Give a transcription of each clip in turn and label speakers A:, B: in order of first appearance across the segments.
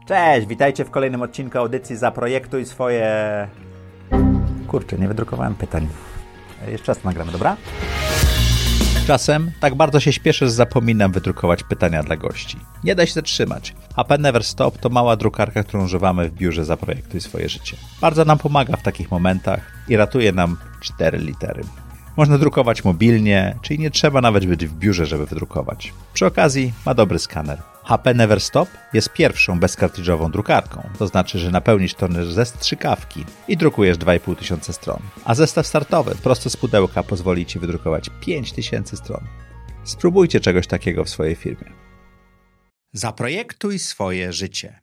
A: Cześć, witajcie w kolejnym odcinku audycji Zaprojektuj swoje... Kurczę, nie wydrukowałem pytań. Jeszcze raz nagramy, dobra? Czasem tak bardzo się śpieszę, że zapominam wydrukować pytania dla gości. Nie da się zatrzymać. HP Never Stop to mała drukarka, którą używamy w biurze Zaprojektuj swoje życie. Bardzo nam pomaga w takich momentach i ratuje nam 4 litery. Można drukować mobilnie, czyli nie trzeba nawet być w biurze, żeby wydrukować. Przy okazji ma dobry skaner. HP Never Stop jest pierwszą bezkartridżową drukarką. To znaczy, że napełnisz toner ze strzykawki i drukujesz 2500 stron. A zestaw startowy prosto z pudełka pozwoli Ci wydrukować 5000 stron. Spróbujcie czegoś takiego w swojej firmie. Zaprojektuj swoje życie.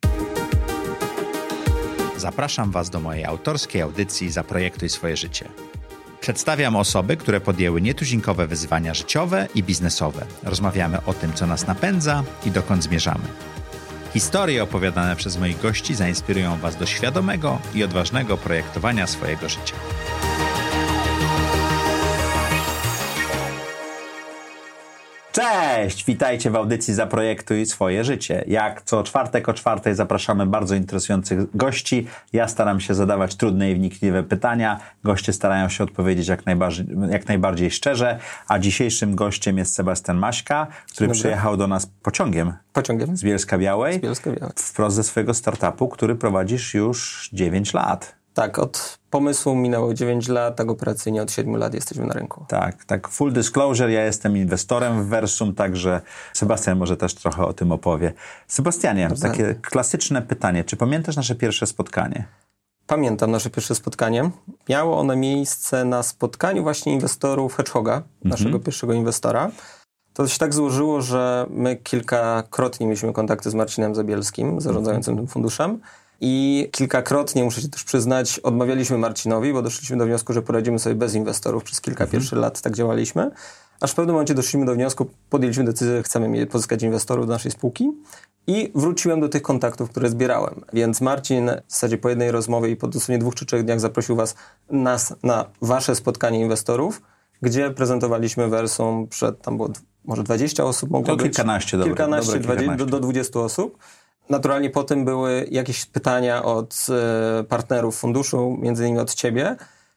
A: Zapraszam Was do mojej autorskiej audycji Zaprojektuj swoje życie. Przedstawiam osoby, które podjęły nietuzinkowe wyzwania życiowe i biznesowe. Rozmawiamy o tym, co nas napędza i dokąd zmierzamy. Historie opowiadane przez moich gości zainspirują Was do świadomego i odważnego projektowania swojego życia. Cześć! Witajcie w audycji Zaprojektuj swoje życie. Jak co czwartek o 4:00 zapraszamy bardzo interesujących gości. Ja staram się zadawać trudne i wnikliwe pytania. Goście starają się odpowiedzieć jak najbardziej szczerze. A dzisiejszym gościem jest Sebastian Maśka, który przyjechał do nas pociągiem z Bielska-Białej. Wprost ze swojego startupu, który prowadzisz już 9 lat.
B: Tak, od pomysłu minęło 9 lat, tak operacyjnie od 7 lat jesteśmy na rynku.
A: Tak, full disclosure, ja jestem inwestorem w Versum, także Sebastian może też trochę o tym opowie. Sebastianie, takie klasyczne pytanie, czy pamiętasz nasze pierwsze spotkanie?
B: Pamiętam nasze pierwsze spotkanie. Miało ono miejsce na spotkaniu właśnie inwestorów Hedgehoga, naszego pierwszego inwestora. To się tak złożyło, że my kilkakrotnie mieliśmy kontakty z Marcinem Zabielskim, zarządzającym tym funduszem. I kilkakrotnie, muszę się też przyznać, odmawialiśmy Marcinowi, bo doszliśmy do wniosku, że poradzimy sobie bez inwestorów. Przez kilka pierwszych lat tak działaliśmy. Aż w pewnym momencie doszliśmy do wniosku, podjęliśmy decyzję, że chcemy pozyskać inwestorów do naszej spółki. I wróciłem do tych kontaktów, które zbierałem. Więc Marcin w zasadzie po jednej rozmowie i po dosłownie 2 czy 3 dniach zaprosił nas na wasze spotkanie inwestorów, gdzie prezentowaliśmy Versum przed, tam było może 20 osób mogło być.
A: Kilkanaście,
B: do 20 osób. Naturalnie potem były jakieś pytania od partnerów funduszu, między innymi od ciebie.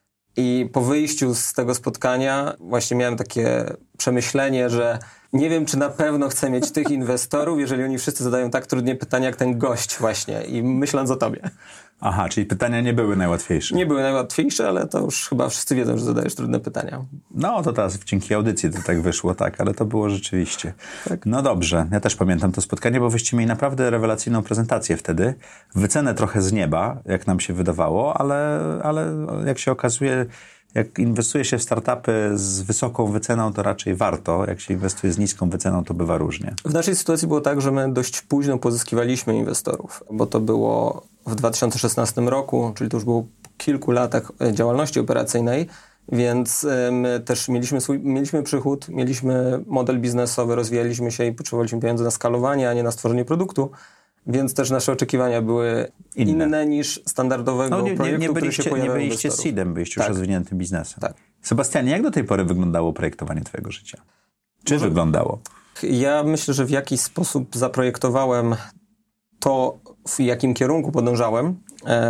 B: I po wyjściu z tego spotkania właśnie miałem takie przemyślenie, że nie wiem, czy na pewno chcę mieć tych inwestorów, jeżeli oni wszyscy zadają tak trudne pytania jak ten gość właśnie. I myśląc o tobie.
A: Aha, czyli pytania nie były najłatwiejsze.
B: Nie były najłatwiejsze, ale to już chyba wszyscy wiedzą, że zadajesz trudne pytania.
A: No to teraz dzięki audycji to tak wyszło, tak, ale to było rzeczywiście. Tak. No dobrze, ja też pamiętam to spotkanie, bo wyście mieli naprawdę rewelacyjną prezentację wtedy. Wycenę trochę z nieba, jak nam się wydawało, ale jak się okazuje, jak inwestuje się w startupy z wysoką wyceną, to raczej warto. Jak się inwestuje z niską wyceną, to bywa różnie. W
B: naszej sytuacji było tak, że my dość późno pozyskiwaliśmy inwestorów, bo to było w 2016 roku, czyli to już było po kilku latach działalności operacyjnej, więc my też mieliśmy przychód, mieliśmy model biznesowy, rozwijaliśmy się i potrzebowaliśmy pieniędzy na skalowanie, a nie na stworzenie produktu. Więc też nasze oczekiwania były inne niż standardowego projektu, który się pojawiał.
A: Nie byliście seedem, byliście już rozwiniętym biznesem.
B: Tak.
A: Sebastianie, jak do tej pory wyglądało projektowanie twojego życia? Czy wyglądało?
B: Ja myślę, że w jakiś sposób zaprojektowałem to, w jakim kierunku podążałem,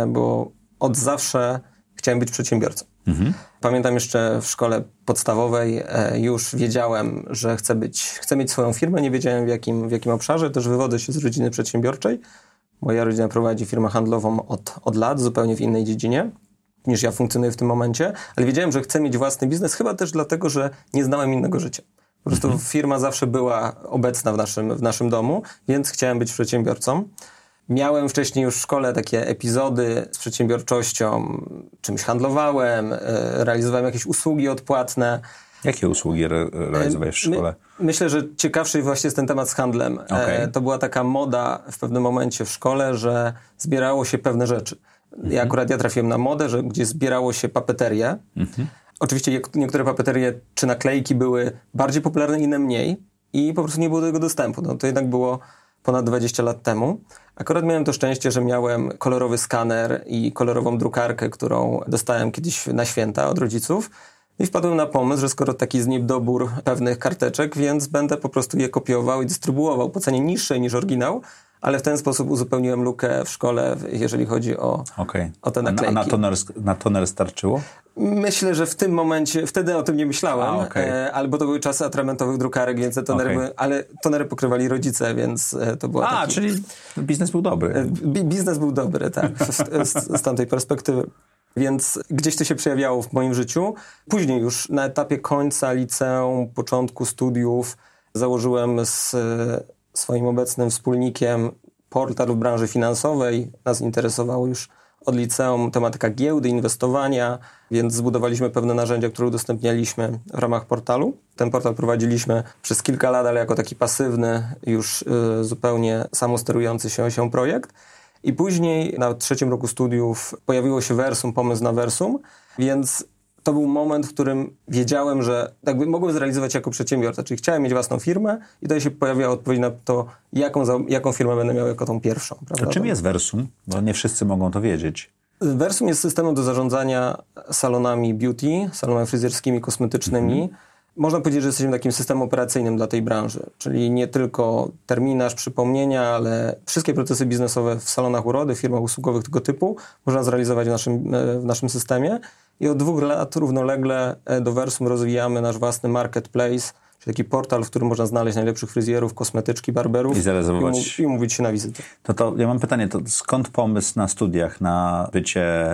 B: bo od zawsze chciałem być przedsiębiorcą. Pamiętam jeszcze w szkole podstawowej już wiedziałem, że chcę mieć swoją firmę, nie wiedziałem w jakim obszarze, też wywodzę się z rodziny przedsiębiorczej. Moja rodzina prowadzi firmę handlową od lat, zupełnie w innej dziedzinie niż ja funkcjonuję w tym momencie, ale wiedziałem, że chcę mieć własny biznes, chyba też dlatego, że nie znałem innego życia. Po prostu firma zawsze była obecna w naszym domu, więc chciałem być przedsiębiorcą. Miałem wcześniej już w szkole takie epizody z przedsiębiorczością, czymś handlowałem, realizowałem jakieś usługi odpłatne.
A: Jakie usługi realizowałeś w szkole?
B: Myślę, że ciekawszy właśnie jest ten temat z handlem. Okay. To była taka moda w pewnym momencie w szkole, że zbierało się pewne rzeczy. Ja trafiłem na modę, gdzie zbierało się papeterię. Oczywiście niektóre papeterie czy naklejki były bardziej popularne, inne mniej i po prostu nie było do tego dostępu. No, to jednak było ponad 20 lat temu. Akurat miałem to szczęście, że miałem kolorowy skaner i kolorową drukarkę, którą dostałem kiedyś na święta od rodziców. I wpadłem na pomysł, że skoro taki jest niedobór pewnych karteczek, więc będę po prostu je kopiował i dystrybuował po cenie niższej niż oryginał, ale w ten sposób uzupełniłem lukę w szkole, jeżeli chodzi o te naklejki.
A: A na toner starczyło?
B: Myślę, że w tym momencie, wtedy o tym nie myślałem, albo to były czasy atramentowych drukarek, więc te tonery były, ale tonery pokrywali rodzice, więc to było
A: czyli biznes był dobry.
B: Biznes był dobry, tak, z tamtej perspektywy. Więc gdzieś to się przejawiało w moim życiu. Później już na etapie końca liceum, początku studiów założyłem z swoim obecnym wspólnikiem portal w branży finansowej. Nas interesowało już od liceum tematyka giełdy, inwestowania, więc zbudowaliśmy pewne narzędzia, które udostępnialiśmy w ramach portalu. Ten portal prowadziliśmy przez kilka lat, ale jako taki pasywny, już zupełnie samosterujący się projekt. I później na 3. roku studiów pojawiło się Versum, pomysł na Versum, więc to był moment, w którym wiedziałem, że jakby mogłem zrealizować jako przedsiębiorca, czyli chciałem mieć własną firmę i tutaj się pojawiała odpowiedź na to, jaką firmę będę miał jako tą pierwszą. Prawda?
A: To czym jest Versum? Bo nie wszyscy mogą to wiedzieć.
B: Versum jest systemem do zarządzania salonami beauty, salonami fryzjerskimi, kosmetycznymi. Można powiedzieć, że jesteśmy takim systemem operacyjnym dla tej branży, czyli nie tylko terminarz, przypomnienia, ale wszystkie procesy biznesowe w salonach urody, firmach usługowych tego typu można zrealizować w naszym systemie. I od 2 lat równolegle do Versum rozwijamy nasz własny marketplace, czyli taki portal, w którym można znaleźć najlepszych fryzjerów, kosmetyczki, barberów
A: i zarezerwować
B: i umówić się na wizytę.
A: To ja mam pytanie, to skąd pomysł na studiach na bycie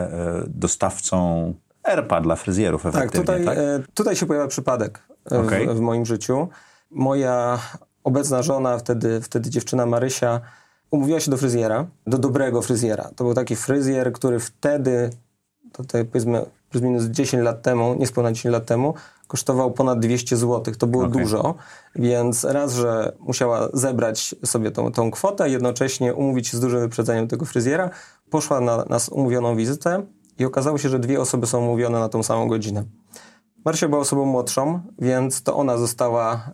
A: dostawcą ERP-a dla fryzjerów efektywnie?
B: Tak, tutaj się pojawia przypadek w moim życiu. Moja obecna żona, wtedy dziewczyna Marysia, umówiła się do fryzjera, do dobrego fryzjera. To był taki fryzjer, który wtedy, tutaj powiedzmy plus minus 10 lat temu, niespełna 10 lat temu, kosztował ponad 200 zł. To było dużo, więc raz, że musiała zebrać sobie tą kwotę, jednocześnie umówić się z dużym wyprzedzeniem tego fryzjera, poszła na umówioną wizytę i okazało się, że 2 osoby są umówione na tą samą godzinę. Marysia była osobą młodszą, więc to ona została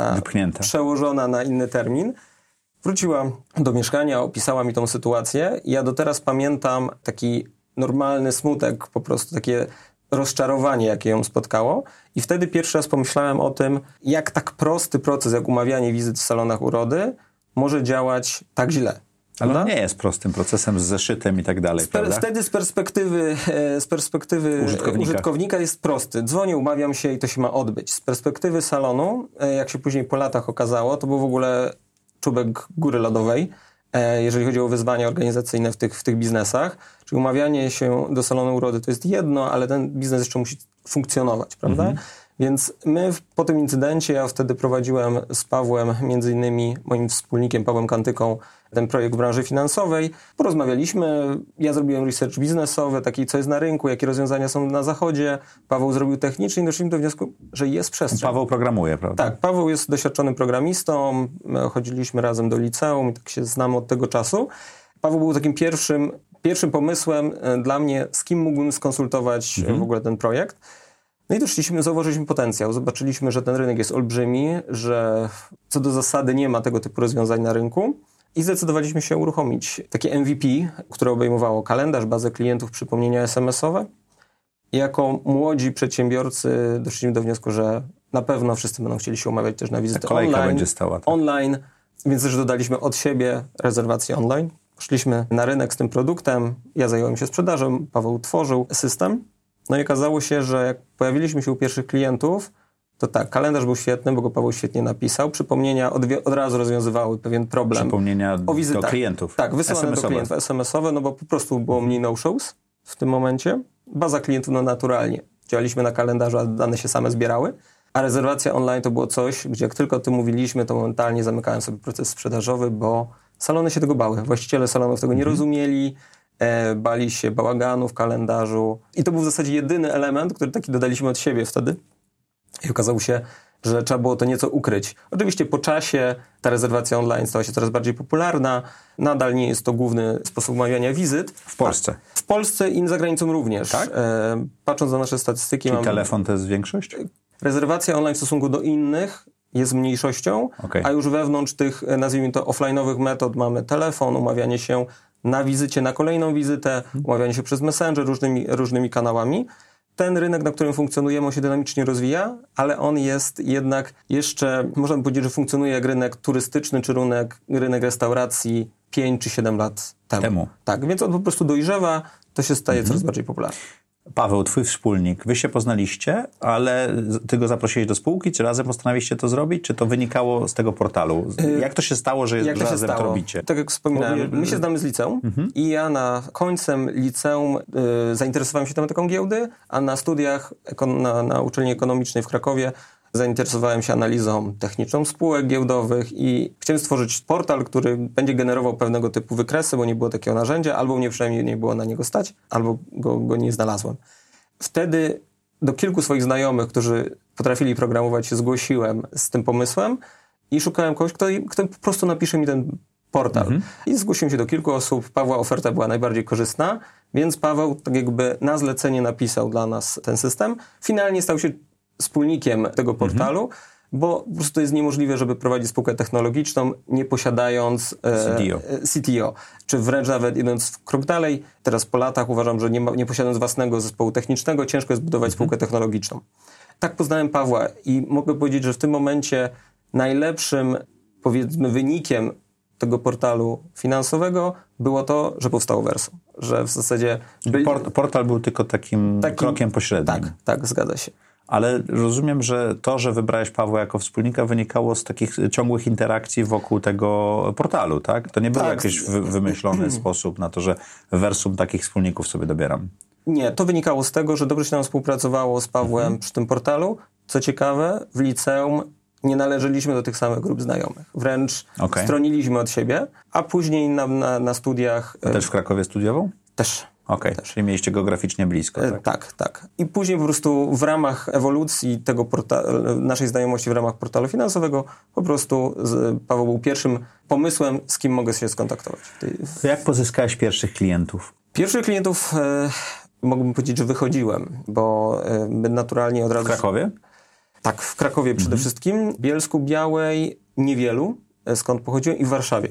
B: przełożona na inny termin. Wróciła do mieszkania, opisała mi tą sytuację. Ja do teraz pamiętam taki normalny smutek, po prostu takie rozczarowanie, jakie ją spotkało. I wtedy pierwszy raz pomyślałem o tym, jak tak prosty proces, jak umawianie wizyt w salonach urody może działać tak źle.
A: Ale on nie jest prostym procesem z zeszytem i tak dalej, prawda?
B: Wtedy z perspektywy użytkownika jest prosty. Dzwonię, umawiam się i to się ma odbyć. Z perspektywy salonu, jak się później po latach okazało, to był w ogóle czubek góry lodowej, jeżeli chodzi o wyzwania organizacyjne w tych biznesach. Czyli umawianie się do salonu urody to jest jedno, ale ten biznes jeszcze musi funkcjonować, prawda? Więc my po tym incydencie, ja wtedy prowadziłem z Pawłem, między innymi moim wspólnikiem Pawłem Kantyką, ten projekt w branży finansowej. Porozmawialiśmy, ja zrobiłem research biznesowy, taki co jest na rynku, jakie rozwiązania są na zachodzie. Paweł zrobił techniczny i doszliśmy do wniosku, że jest przestrzeń.
A: Paweł programuje, prawda?
B: Tak, Paweł jest doświadczonym programistą, my chodziliśmy razem do liceum i tak się znamy od tego czasu. Paweł był takim pierwszym pomysłem dla mnie, z kim mógłbym skonsultować w ogóle ten projekt. No i zauważyliśmy potencjał, zobaczyliśmy, że ten rynek jest olbrzymi, że co do zasady nie ma tego typu rozwiązań na rynku i zdecydowaliśmy się uruchomić takie MVP, które obejmowało kalendarz, bazę klientów, przypomnienia SMS-owe. I jako młodzi przedsiębiorcy doszliśmy do wniosku, że na pewno wszyscy będą chcieli się umawiać też na wizytę online, więc też dodaliśmy od siebie rezerwację online. Szliśmy na rynek z tym produktem, ja zająłem się sprzedażą, Paweł tworzył system. No i okazało się, że jak pojawiliśmy się u pierwszych klientów, to tak, kalendarz był świetny, bo go Paweł świetnie napisał. Przypomnienia od razu rozwiązywały pewien problem.
A: Przypomnienia
B: o wizytach.
A: Do klientów.
B: Tak, wysyłane do klientów SMS-owe, no bo po prostu było mniej no-shows w tym momencie. Baza klientów, no naturalnie. Działaliśmy na kalendarzu, a dane się same zbierały. A rezerwacja online to było coś, gdzie jak tylko o tym mówiliśmy, to momentalnie zamykałem sobie proces sprzedażowy, bo salony się tego bały. Właściciele salonów tego nie rozumieli. Bali się bałaganu w kalendarzu i to był w zasadzie jedyny element, który taki dodaliśmy od siebie wtedy i okazało się, że trzeba było to nieco ukryć. Oczywiście po czasie ta rezerwacja online stała się coraz bardziej popularna, nadal nie jest to główny sposób umawiania wizyt.
A: W Polsce?
B: W Polsce i za granicą również.
A: Tak?
B: Patrząc na nasze statystyki...
A: Czyli telefon to jest większość?
B: Rezerwacja online w stosunku do innych jest mniejszością, a już wewnątrz tych, nazwijmy to, offline'owych metod mamy telefon, umawianie się na wizycie, na kolejną wizytę, umawianie się przez Messenger, różnymi kanałami. Ten rynek, na którym funkcjonujemy, on się dynamicznie rozwija, ale on jest jednak jeszcze, można by powiedzieć, że funkcjonuje jak rynek turystyczny, czy rynek restauracji 5 czy 7 lat temu. Tak, więc on po prostu dojrzewa, to się staje coraz bardziej popularne.
A: Paweł, twój wspólnik, wy się poznaliście, ale ty go zaprosiłeś do spółki, czy razem postanowiliście to zrobić, czy to wynikało z tego portalu? Jak to się stało, że razem to robicie?
B: Tak jak wspominałem, my się znamy z liceum i ja na końcem liceum zainteresowałem się tematyką giełdy, a na studiach na uczelni ekonomicznej w Krakowie zainteresowałem się analizą techniczną spółek giełdowych i chciałem stworzyć portal, który będzie generował pewnego typu wykresy, bo nie było takiego narzędzia, albo mnie przynajmniej nie było na niego stać, albo go nie znalazłem. Wtedy do kilku swoich znajomych, którzy potrafili programować, się zgłosiłem z tym pomysłem i szukałem kogoś, kto po prostu napisze mi ten portal. I zgłosiłem się do kilku osób. Pawła oferta była najbardziej korzystna, więc Paweł tak jakby na zlecenie napisał dla nas ten system. Finalnie stał się wspólnikiem tego portalu, bo po prostu jest niemożliwe, żeby prowadzić spółkę technologiczną, nie posiadając CTO. Czy wręcz nawet idąc w krok dalej, teraz po latach uważam, że nie posiadając własnego zespołu technicznego, ciężko jest budować spółkę technologiczną. Tak poznałem Pawła i mogę powiedzieć, że w tym momencie najlepszym, powiedzmy, wynikiem tego portalu finansowego było to, że powstało Versum. Że w zasadzie...
A: Portal był tylko takim krokiem pośrednim.
B: Tak, zgadza się.
A: Ale rozumiem, że to, że wybrałeś Pawła jako wspólnika, wynikało z takich ciągłych interakcji wokół tego portalu, tak? To nie był jakiś wymyślony sposób na to, że Versum takich wspólników sobie dobieram.
B: Nie, to wynikało z tego, że dobrze się nam współpracowało z Pawłem przy tym portalu. Co ciekawe, w liceum nie należeliśmy do tych samych grup znajomych. Wręcz stroniliśmy od siebie, a później na studiach...
A: Też w Krakowie studiował?
B: Też.
A: Czyli mieliście geograficznie blisko, tak?
B: Tak. I później po prostu w ramach ewolucji tego naszej znajomości w ramach portalu finansowego po prostu Paweł był pierwszym pomysłem, z kim mogę się skontaktować.
A: To jak pozyskałeś pierwszych klientów?
B: Pierwszych klientów mógłbym powiedzieć, że wychodziłem, bo my naturalnie od razu...
A: W Krakowie?
B: Tak, w Krakowie przede wszystkim, Bielsku Białej niewielu, skąd pochodziłem, i w Warszawie.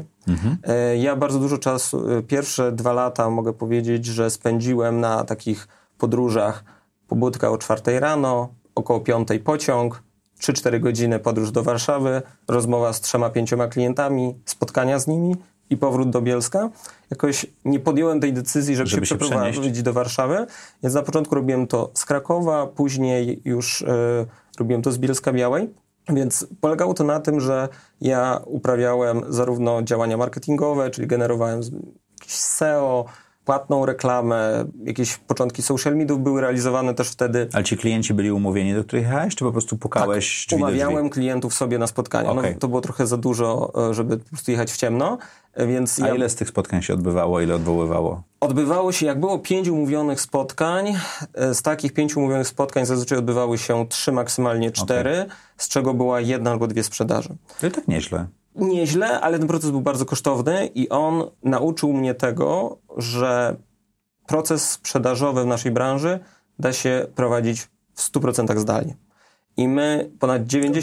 B: Ja bardzo dużo czasu, pierwsze 2 lata mogę powiedzieć, że spędziłem na takich podróżach. Pobudka o 4 rano, około 5 pociąg, 3-4 godziny podróż do Warszawy, rozmowa z 3-5 klientami, spotkania z nimi i powrót do Bielska. Jakoś nie podjąłem tej decyzji, żeby się przeprowadzić do Warszawy, więc na początku robiłem to z Krakowa, później już robiłem to z Bielska Białej. Więc polegało to na tym, że ja uprawiałem zarówno działania marketingowe, czyli generowałem jakieś SEO, płatną reklamę, jakieś początki social mediów były realizowane też wtedy. Ale
A: ci klienci byli umówieni, do których jechałeś, czy po prostu pukałeś drzwi do drzwi?
B: Umawiałem klientów sobie na spotkania. To było trochę za dużo, żeby po prostu jechać w ciemno. Więc
A: ile z tych spotkań się odbywało, ile odwoływało?
B: Odbywało się, jak było 5 umówionych spotkań, z takich 5 umówionych spotkań zazwyczaj odbywały się 3, maksymalnie 4, z czego była 1 albo 2 sprzedaże.
A: To i tak nieźle.
B: Nieźle, ale ten proces był bardzo kosztowny i on nauczył mnie tego, że proces sprzedażowy w naszej branży da się prowadzić w 100% zdalnie. I my, ponad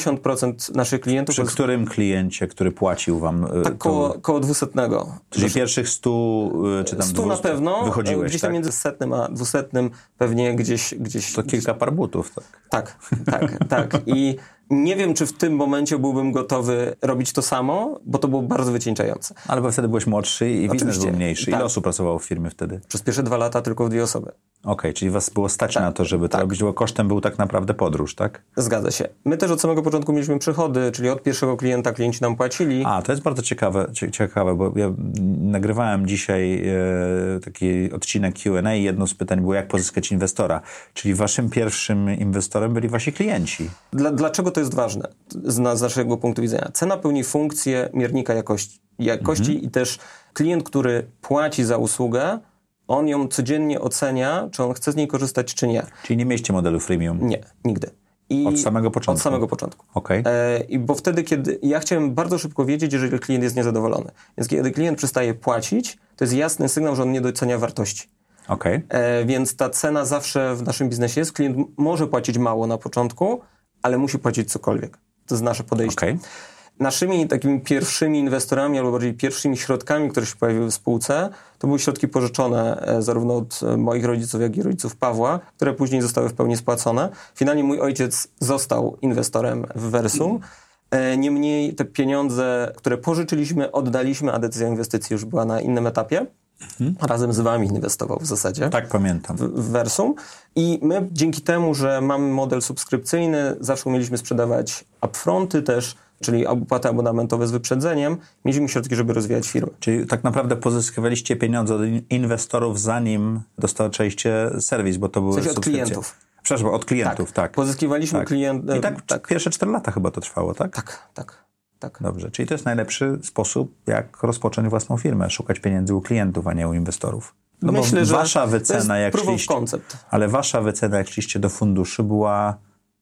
B: 90% naszych klientów...
A: Przy którym kliencie, który płacił wam...
B: Tak koło 200.
A: Czyli pierwszych 100 czy tam
B: 100 na pewno,
A: wychodziłeś,
B: gdzieś tam między 100 a 200 pewnie gdzieś...
A: To kilka par butów, tak?
B: Tak. I nie wiem, czy w tym momencie byłbym gotowy robić to samo, bo to było bardzo wycieńczające.
A: Ale bo wtedy byłeś młodszy i biznes był mniejszy. Ile osób pracowało w firmie wtedy?
B: Przez pierwsze 2 lata tylko 2 osoby.
A: Czyli was było stać na to, żeby to robić, bo kosztem był tak naprawdę podróż, tak?
B: Zgadza się. My też od samego początku mieliśmy przychody, czyli od pierwszego klienta klienci nam płacili.
A: To jest bardzo ciekawe, bo ja nagrywałem dzisiaj taki odcinek Q&A i jedno z pytań było, jak pozyskać inwestora. Czyli waszym pierwszym inwestorem byli wasi klienci. Dlaczego
B: to jest ważne z naszego punktu widzenia? Cena pełni funkcję miernika jakości i też klient, który płaci za usługę, on ją codziennie ocenia, czy on chce z niej korzystać, czy nie.
A: Czyli nie mieliście modelu freemium?
B: Nie, nigdy.
A: Od samego początku?
B: Od samego początku.
A: I
B: bo wtedy, kiedy ja chciałem bardzo szybko wiedzieć, jeżeli klient jest niezadowolony. Więc kiedy klient przestaje płacić, to jest jasny sygnał, że on nie docenia wartości. Więc ta cena zawsze w naszym biznesie jest. Klient może płacić mało na początku, ale musi płacić cokolwiek. To jest nasze podejście. Naszymi takimi pierwszymi inwestorami, albo bardziej pierwszymi środkami, które się pojawiły w spółce, to były środki pożyczone zarówno od moich rodziców, jak i rodziców Pawła, które później zostały w pełni spłacone. Finalnie mój ojciec został inwestorem w Versum. Niemniej te pieniądze, które pożyczyliśmy, oddaliśmy, a decyzja inwestycji już była na innym etapie. Razem z wami inwestował w zasadzie.
A: Tak, pamiętam.
B: W Versum. I my dzięki temu, że mamy model subskrypcyjny, zawsze umieliśmy sprzedawać upfronty też, czyli opłaty abonamentowe z wyprzedzeniem. Mieliśmy środki, żeby rozwijać firmę.
A: Czyli tak naprawdę pozyskiwaliście pieniądze od inwestorów, zanim dostarczaliście serwis, bo to były
B: od klientów.
A: Przepraszam, od klientów, tak.
B: Pozyskiwaliśmy klientów.
A: I tak pierwsze 4 lata chyba to trwało, tak?
B: Tak.
A: Dobrze, czyli to jest najlepszy sposób, jak rozpocząć własną firmę, szukać pieniędzy u klientów, a nie u inwestorów. No
B: myślę,
A: bo
B: że
A: wasza wycena, jak szliście, ale wasza wycena, jak szliście do funduszy, była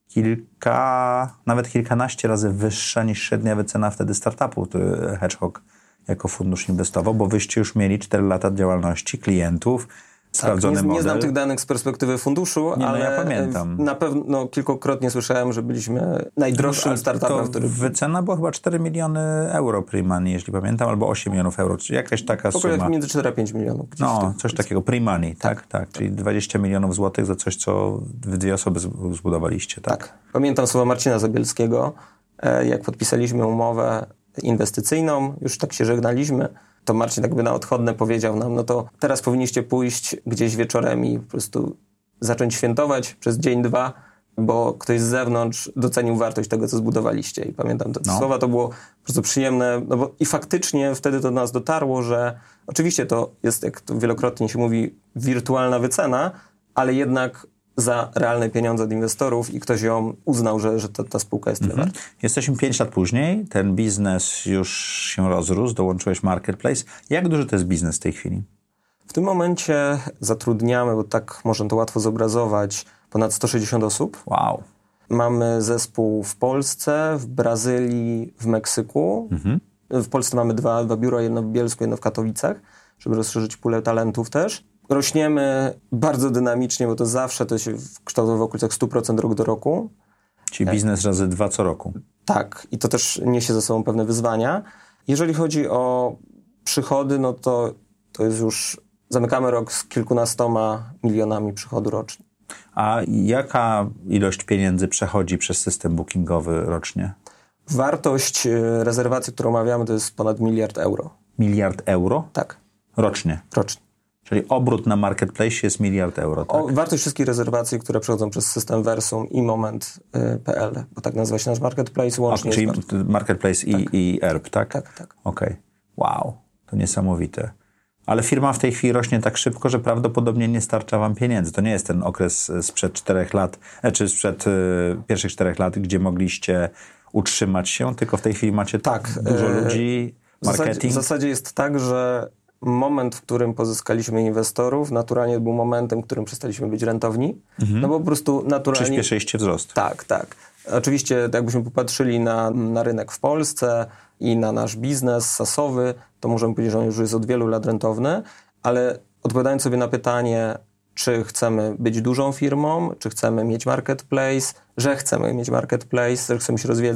A: nawet kilkanaście razy wyższa niż średnia wycena wtedy startupu, który Hedgehog jako fundusz inwestował, bo wyście już mieli 4 lata działalności, klientów, sprawdzony model.
B: Nie znam tych danych z perspektywy funduszu, ale
A: ja pamiętam.
B: Na pewno kilkukrotnie słyszałem, że byliśmy najdroższym startupem, który...
A: Wycena była chyba 4 miliony euro pre-money, jeśli pamiętam, albo 8 milionów euro, czyli jakaś taka suma.
B: Około między 4 a 5 milionów.
A: Coś takiego, pre-money, tak, czyli 20 milionów złotych za coś, co wy 2 osoby zbudowaliście, tak?
B: Pamiętam słowa Marcina Zabielskiego, jak podpisaliśmy umowę inwestycyjną, już tak się żegnaliśmy, to Marcin jakby na odchodne powiedział nam, no to teraz powinniście pójść gdzieś wieczorem i po prostu zacząć świętować przez dzień, 2, bo ktoś z zewnątrz docenił wartość tego, co zbudowaliście. I pamiętam te słowa, to było po prostu przyjemne, no bo i faktycznie wtedy do nas dotarło, że oczywiście to jest, jak to wielokrotnie się mówi, wirtualna wycena, ale jednak za realne pieniądze od inwestorów i ktoś ją uznał, że ta spółka jest tyle warta.
A: Jesteśmy 5 lat później, ten biznes już się rozrósł, dołączyłeś Marketplace. Jak duży to jest biznes w tej chwili?
B: W tym momencie zatrudniamy, bo tak można to łatwo zobrazować, ponad 160 osób.
A: Wow.
B: Mamy zespół w Polsce, w Brazylii, w Meksyku. W Polsce mamy 2 biura, jedno w Bielsku, jedno w Katowicach, żeby rozszerzyć pulę talentów też. Rośniemy bardzo dynamicznie, bo to zawsze to się kształtuje w okolicach 100% rok do roku.
A: Czyli biznes razy 2 co roku.
B: Tak, i to też niesie ze sobą pewne wyzwania. Jeżeli chodzi o przychody, no to jest już... Zamykamy rok z kilkunastoma milionami przychodu rocznie.
A: A jaka ilość pieniędzy przechodzi przez system bookingowy rocznie?
B: Wartość rezerwacji, którą omawiamy, to jest ponad 1 miliard euro.
A: 1 miliard euro?
B: Tak.
A: Rocznie?
B: Rocznie.
A: Czyli obrót na Marketplace jest 1 miliard euro, tak?
B: Wartość wszystkich rezerwacji, które przechodzą przez system Versum i Moment.pl, bo tak nazywa się nasz Marketplace łącznie.
A: Czyli Marketplace i ERP, tak?
B: Tak.
A: Okej. Wow, to niesamowite. Ale firma w tej chwili rośnie tak szybko, że prawdopodobnie nie starcza wam pieniędzy. To nie jest ten okres sprzed 4 lat, czy sprzed pierwszych 4 lat, gdzie mogliście utrzymać się, tylko w tej chwili macie dużo ludzi, marketing.
B: W zasadzie jest tak, że moment, w którym pozyskaliśmy inwestorów, naturalnie był momentem, w którym przestaliśmy być rentowni. No bo po prostu naturalnie...
A: Przyspieszyliście wzrost.
B: Tak. Oczywiście, jakbyśmy popatrzyli na rynek w Polsce i na nasz biznes SaaS-owy, to możemy powiedzieć, że on już jest od wielu lat rentowny, ale odpowiadając sobie na pytanie, czy chcemy być dużą firmą, czy chcemy mieć marketplace, że chcemy mieć marketplace, że chcemy się rozwijać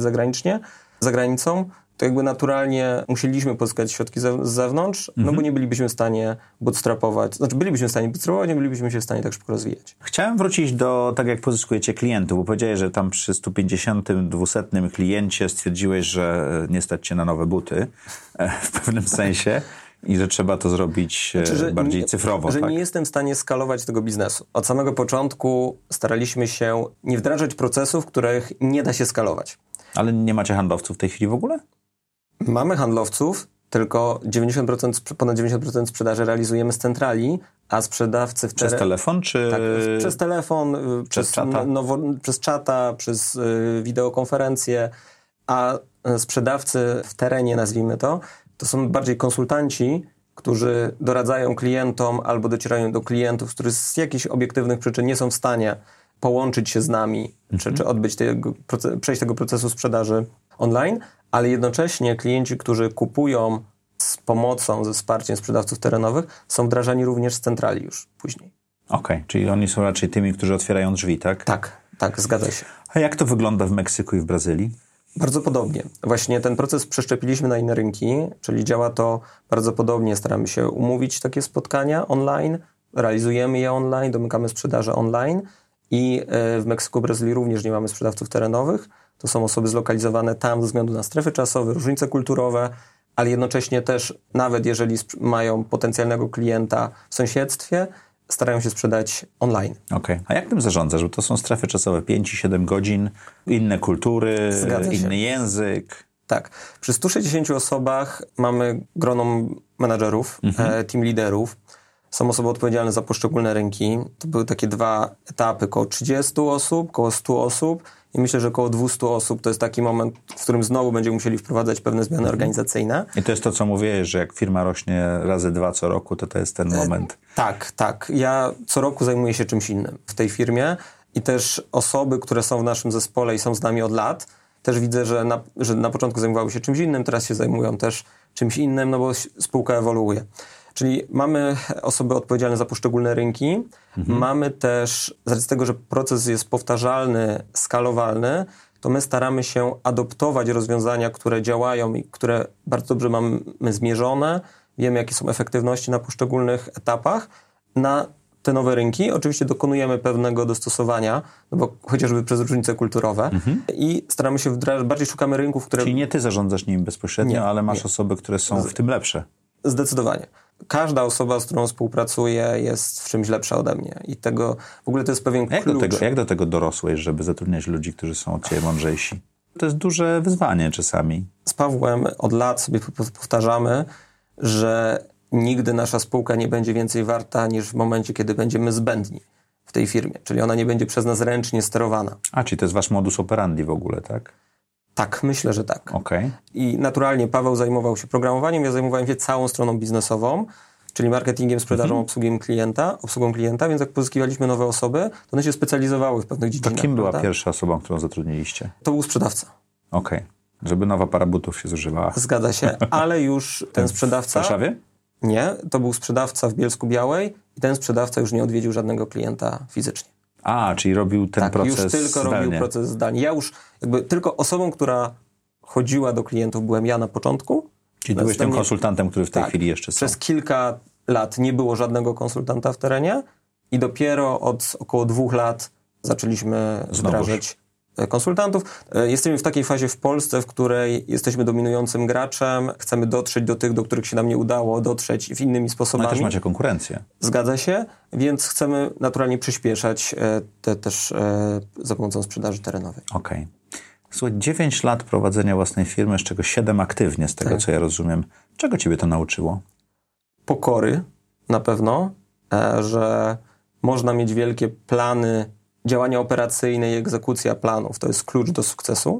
B: za granicą, to jakby naturalnie musieliśmy pozyskać środki z zewnątrz, no bo nie bylibyśmy w stanie bootstrapować. Znaczy bylibyśmy w stanie bootstrapować, nie bylibyśmy się w stanie tak szybko rozwijać.
A: Chciałem wrócić do, tak jak pozyskujecie klientów, bo powiedziałeś, że tam przy 150, 200 kliencie stwierdziłeś, że nie stać cię na nowe buty w pewnym sensie i że trzeba to zrobić bardziej cyfrowo.
B: Że nie jestem w stanie skalować tego biznesu. Od samego początku staraliśmy się nie wdrażać procesów, których nie da się skalować.
A: Ale nie macie handlowców w tej chwili w ogóle?
B: Mamy handlowców, tylko ponad 90% sprzedaży realizujemy z centrali, a sprzedawcy
A: Przez telefon, czy...
B: Tak, przez telefon, przez czata, przez czata, przez wideokonferencję, a sprzedawcy w terenie, nazwijmy to są bardziej konsultanci, którzy doradzają klientom albo docierają do klientów, którzy z jakichś obiektywnych przyczyn nie są w stanie połączyć się z nami, czy przejść tego procesu sprzedaży online, ale jednocześnie klienci, którzy kupują z pomocą, ze wsparciem sprzedawców terenowych, są wdrażani również z centrali już później.
A: Okej, czyli oni są raczej tymi, którzy otwierają drzwi, tak?
B: Tak, zgadza się.
A: A jak to wygląda w Meksyku i w Brazylii?
B: Bardzo podobnie. Właśnie ten proces przeszczepiliśmy na inne rynki, czyli działa to bardzo podobnie. Staramy się umówić takie spotkania online, realizujemy je online, domykamy sprzedaże online i w Meksyku, Brazylii również nie mamy sprzedawców terenowych. to są osoby zlokalizowane tam ze względu na strefy czasowe, różnice kulturowe, ale jednocześnie też, nawet jeżeli mają potencjalnego klienta w sąsiedztwie, starają się sprzedać online.
A: Okej. A jak tym zarządzasz? Bo to są strefy czasowe 5-7 godzin, inne kultury, inny język.
B: Tak. Przy 160 osobach mamy grono menadżerów, team liderów. Są osoby odpowiedzialne za poszczególne rynki. To były takie 2 etapy, około 30 osób, około 100 osób i myślę, że około 200 osób to jest taki moment, w którym znowu będziemy musieli wprowadzać pewne zmiany organizacyjne.
A: I to jest to, co mówiłeś, że jak firma rośnie razy 2 co roku, to jest ten moment.
B: Tak. Ja co roku zajmuję się czymś innym w tej firmie i też osoby, które są w naszym zespole i są z nami od lat, też widzę, że na początku zajmowały się czymś innym, teraz się zajmują też czymś innym, no bo spółka ewoluuje. Czyli mamy osoby odpowiedzialne za poszczególne rynki. Mamy też, z racji tego, że proces jest powtarzalny, skalowalny, to my staramy się adoptować rozwiązania, które działają i które bardzo dobrze mamy zmierzone. Wiemy, jakie są efektywności na poszczególnych etapach. Na te nowe rynki oczywiście dokonujemy pewnego dostosowania, no bo chociażby przez różnice kulturowe i staramy się wdrażać, bardziej szukamy rynków, które...
A: Czyli nie ty zarządzasz nim bezpośrednio, ale masz osoby, które są w tym lepsze.
B: Zdecydowanie. Każda osoba, z którą współpracuję, jest w czymś lepsza ode mnie. I tego, w ogóle to jest pewien klucz.
A: Jak do tego dorosłeś, żeby zatrudniać ludzi, którzy są od ciebie mądrzejsi? To jest duże wyzwanie czasami.
B: Z Pawłem od lat sobie powtarzamy, że nigdy nasza spółka nie będzie więcej warta niż w momencie, kiedy będziemy zbędni w tej firmie. Czyli ona nie będzie przez nas ręcznie sterowana.
A: Czyli to jest wasz modus operandi w ogóle, tak?
B: Tak, myślę, że tak.
A: Okay.
B: I naturalnie Paweł zajmował się programowaniem, ja zajmowałem się całą stroną biznesową, czyli marketingiem, sprzedażą, obsługą klienta, więc jak pozyskiwaliśmy nowe osoby, to one się specjalizowały w pewnych dziedzinach.
A: To kim była pierwsza osoba, którą zatrudniliście?
B: To był sprzedawca.
A: Okej. Żeby nowa para butów się zużywała.
B: Zgadza się, ale już ten sprzedawca...
A: W Warszawie?
B: Nie, to był sprzedawca w Bielsku-Białej i ten sprzedawca już nie odwiedził żadnego klienta fizycznie.
A: Czyli robił ten proces
B: już tylko
A: zdalnie.
B: robił proces zdalnie. Ja już tylko osobą, która chodziła do klientów byłem ja na początku.
A: Czyli byłeś tym konsultantem, który w tej chwili jeszcze są.
B: Przez kilka lat nie było żadnego konsultanta w terenie i dopiero od około 2 lat zaczęliśmy wdrażać konsultantów. Jesteśmy w takiej fazie w Polsce, w której jesteśmy dominującym graczem, chcemy dotrzeć do tych, do których się nam nie udało dotrzeć w innymi sposobami.
A: Ale też macie konkurencję.
B: Zgadza się, więc chcemy naturalnie przyspieszać też za pomocą sprzedaży terenowej.
A: Okej. Słuchaj, 9 lat prowadzenia własnej firmy, z czego 7 aktywnie, z tego co ja rozumiem. Czego ciebie to nauczyło?
B: Pokory na pewno, że można mieć wielkie plany, działania operacyjne i egzekucja planów. To jest klucz do sukcesu.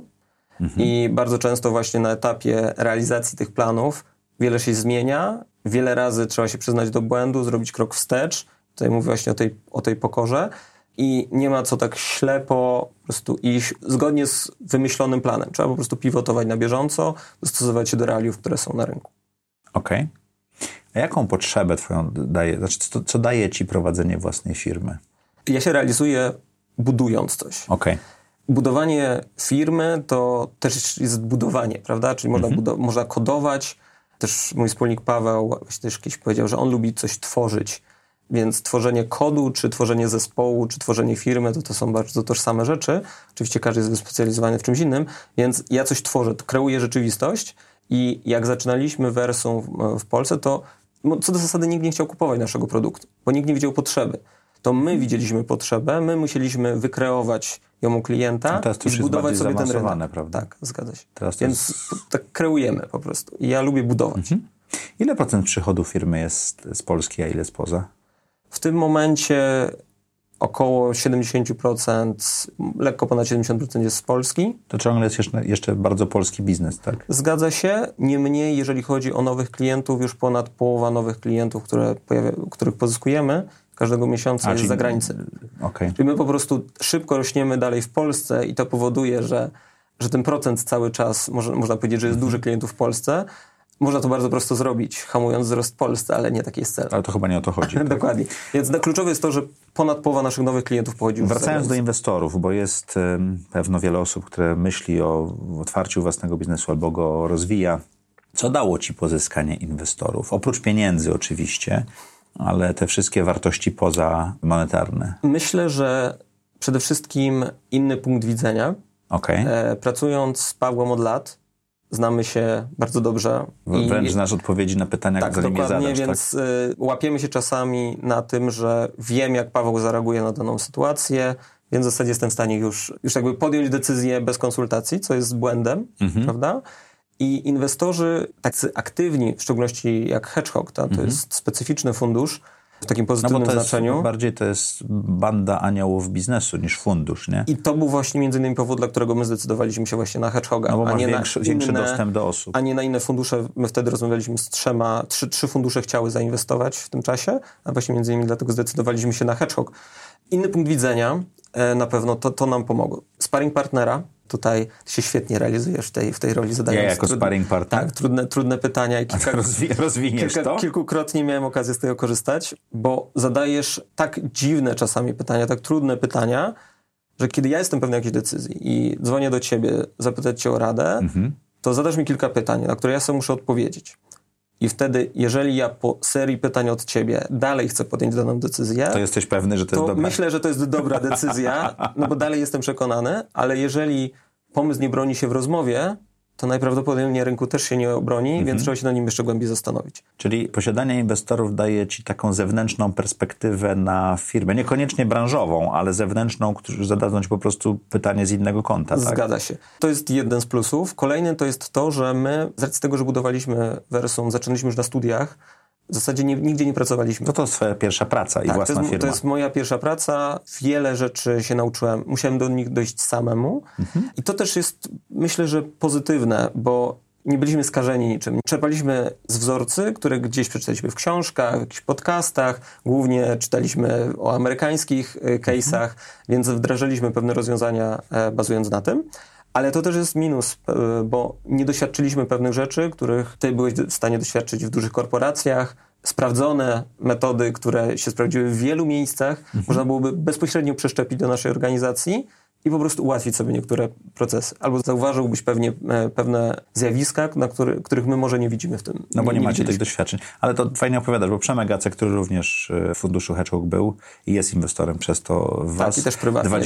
B: I bardzo często właśnie na etapie realizacji tych planów wiele się zmienia, wiele razy trzeba się przyznać do błędu, zrobić krok wstecz. Tutaj mówię właśnie o tej pokorze. I nie ma co tak ślepo po prostu iść zgodnie z wymyślonym planem. Trzeba po prostu pivotować na bieżąco, dostosować się do realiów, które są na rynku.
A: Okej. A jaką potrzebę twoją daje, co daje ci prowadzenie własnej firmy?
B: Ja się realizuję budując coś.
A: Okej.
B: Budowanie firmy to też jest budowanie, prawda? Czyli można kodować. Też mój wspólnik Paweł też kiedyś powiedział, że on lubi coś tworzyć. Więc tworzenie kodu, czy tworzenie zespołu, czy tworzenie firmy, to są bardzo tożsame rzeczy. Oczywiście każdy jest wyspecjalizowany w czymś innym, więc ja coś tworzę, to kreuję rzeczywistość i jak zaczynaliśmy Versum w Polsce, to co do zasady nikt nie chciał kupować naszego produktu, bo nikt nie widział potrzeby. To my widzieliśmy potrzebę, my musieliśmy wykreować ją u klienta i zbudować sobie ten rynek.
A: Prawda?
B: Tak, zgadza się.
A: Więc
B: tak kreujemy po prostu i ja lubię budować.
A: Ile procent przychodów firmy jest z Polski, a ile spoza?
B: W tym momencie około 70%, lekko ponad 70% jest z Polski.
A: To ciągle jest jeszcze bardzo polski biznes, tak?
B: Zgadza się. Niemniej, jeżeli chodzi o nowych klientów, już ponad połowa nowych klientów, których pozyskujemy każdego miesiąca jest z zagranicy.
A: Okay.
B: Czyli my po prostu szybko rośniemy dalej w Polsce i to powoduje, że ten procent cały czas, można powiedzieć, że jest duży klientów w Polsce. Można to bardzo prosto zrobić, hamując wzrost w Polsce, ale nie taki jest cel.
A: Ale to chyba nie o to chodzi. Tak?
B: Dokładnie. Więc kluczowe jest to, że ponad połowa naszych nowych klientów pochodzi już z zagranicy.
A: Wracając do inwestorów, bo jest pewno wiele osób, które myśli o otwarciu własnego biznesu albo go rozwija. Co dało ci pozyskanie inwestorów? Oprócz pieniędzy oczywiście, ale te wszystkie wartości pozamonetarne.
B: Myślę, że przede wszystkim inny punkt widzenia.
A: Okej.
B: Pracując z Pawłem od lat, znamy się bardzo dobrze.
A: Wręcz znasz odpowiedzi na pytania,
B: tak,
A: zanim je zadasz.
B: Więc łapiemy się czasami na tym, że wiem, jak Paweł zareaguje na daną sytuację, więc w zasadzie jestem w stanie już jakby podjąć decyzję bez konsultacji, co jest błędem, prawda? I inwestorzy tacy aktywni, w szczególności jak Hedgehog, to jest specyficzny fundusz, w takim pozytywnym znaczeniu.
A: Bardziej to jest banda aniołów biznesu niż fundusz, nie?
B: I to był właśnie między innymi powód, dla którego my zdecydowaliśmy się właśnie na Hedgehoga.
A: No bo masz większy dostęp do osób.
B: A nie na inne fundusze. My wtedy rozmawialiśmy z trzy fundusze chciały zainwestować w tym czasie, a właśnie między innymi dlatego zdecydowaliśmy się na Hedgehog. Inny punkt widzenia, na pewno to nam pomogło. Sparring partnera, tutaj się świetnie realizujesz w tej roli, zadając...
A: Ja jako sparring partner?
B: Tak, trudne pytania. I
A: rozwiniesz to?
B: Kilkukrotnie miałem okazję z tego korzystać, bo zadajesz tak dziwne czasami pytania, tak trudne pytania, że kiedy ja jestem pewny jakiejś decyzji i dzwonię do ciebie zapytać cię o radę, to zadasz mi kilka pytań, na które ja sobie muszę odpowiedzieć. I wtedy, jeżeli ja po serii pytań od ciebie dalej chcę podjąć daną decyzję...
A: To jesteś pewny, że to jest dobra?
B: Myślę, że to jest dobra decyzja, no bo dalej jestem przekonany, ale jeżeli pomysł nie broni się w rozmowie, to najprawdopodobniej rynku też się nie obroni, więc trzeba się na nim jeszcze głębiej zastanowić.
A: Czyli posiadanie inwestorów daje ci taką zewnętrzną perspektywę na firmę, niekoniecznie branżową, ale zewnętrzną, którzy zadadzą ci po prostu pytanie z innego kąta. Tak?
B: Zgadza się. To jest jeden z plusów. Kolejny to jest to, że my, z racji tego, że budowaliśmy Versum, zaczęliśmy już na studiach, w zasadzie nigdzie nie pracowaliśmy.
A: To twoja pierwsza praca i własna firma.
B: To jest moja pierwsza praca. Wiele rzeczy się nauczyłem. Musiałem do nich dojść samemu. I to też jest, myślę, że pozytywne, bo nie byliśmy skażeni niczym. Czerpaliśmy z wzorcy, które gdzieś przeczytaliśmy w książkach, w jakichś podcastach. Głównie czytaliśmy o amerykańskich case'ach, więc wdrażaliśmy pewne rozwiązania bazując na tym. Ale to też jest minus, bo nie doświadczyliśmy pewnych rzeczy, których ty byłeś w stanie doświadczyć w dużych korporacjach. Sprawdzone metody, które się sprawdziły w wielu miejscach, można byłoby bezpośrednio przeszczepić do naszej organizacji i po prostu ułatwić sobie niektóre procesy. Albo zauważyłbyś pewne zjawiska, których my może nie widzimy w tym.
A: No bo nie macie tych doświadczeń. Ale to fajnie opowiadasz, bo Przemek Gacek, który również w funduszu Hedgehog był i jest inwestorem przez to w was.
B: Tak, i też prywatnie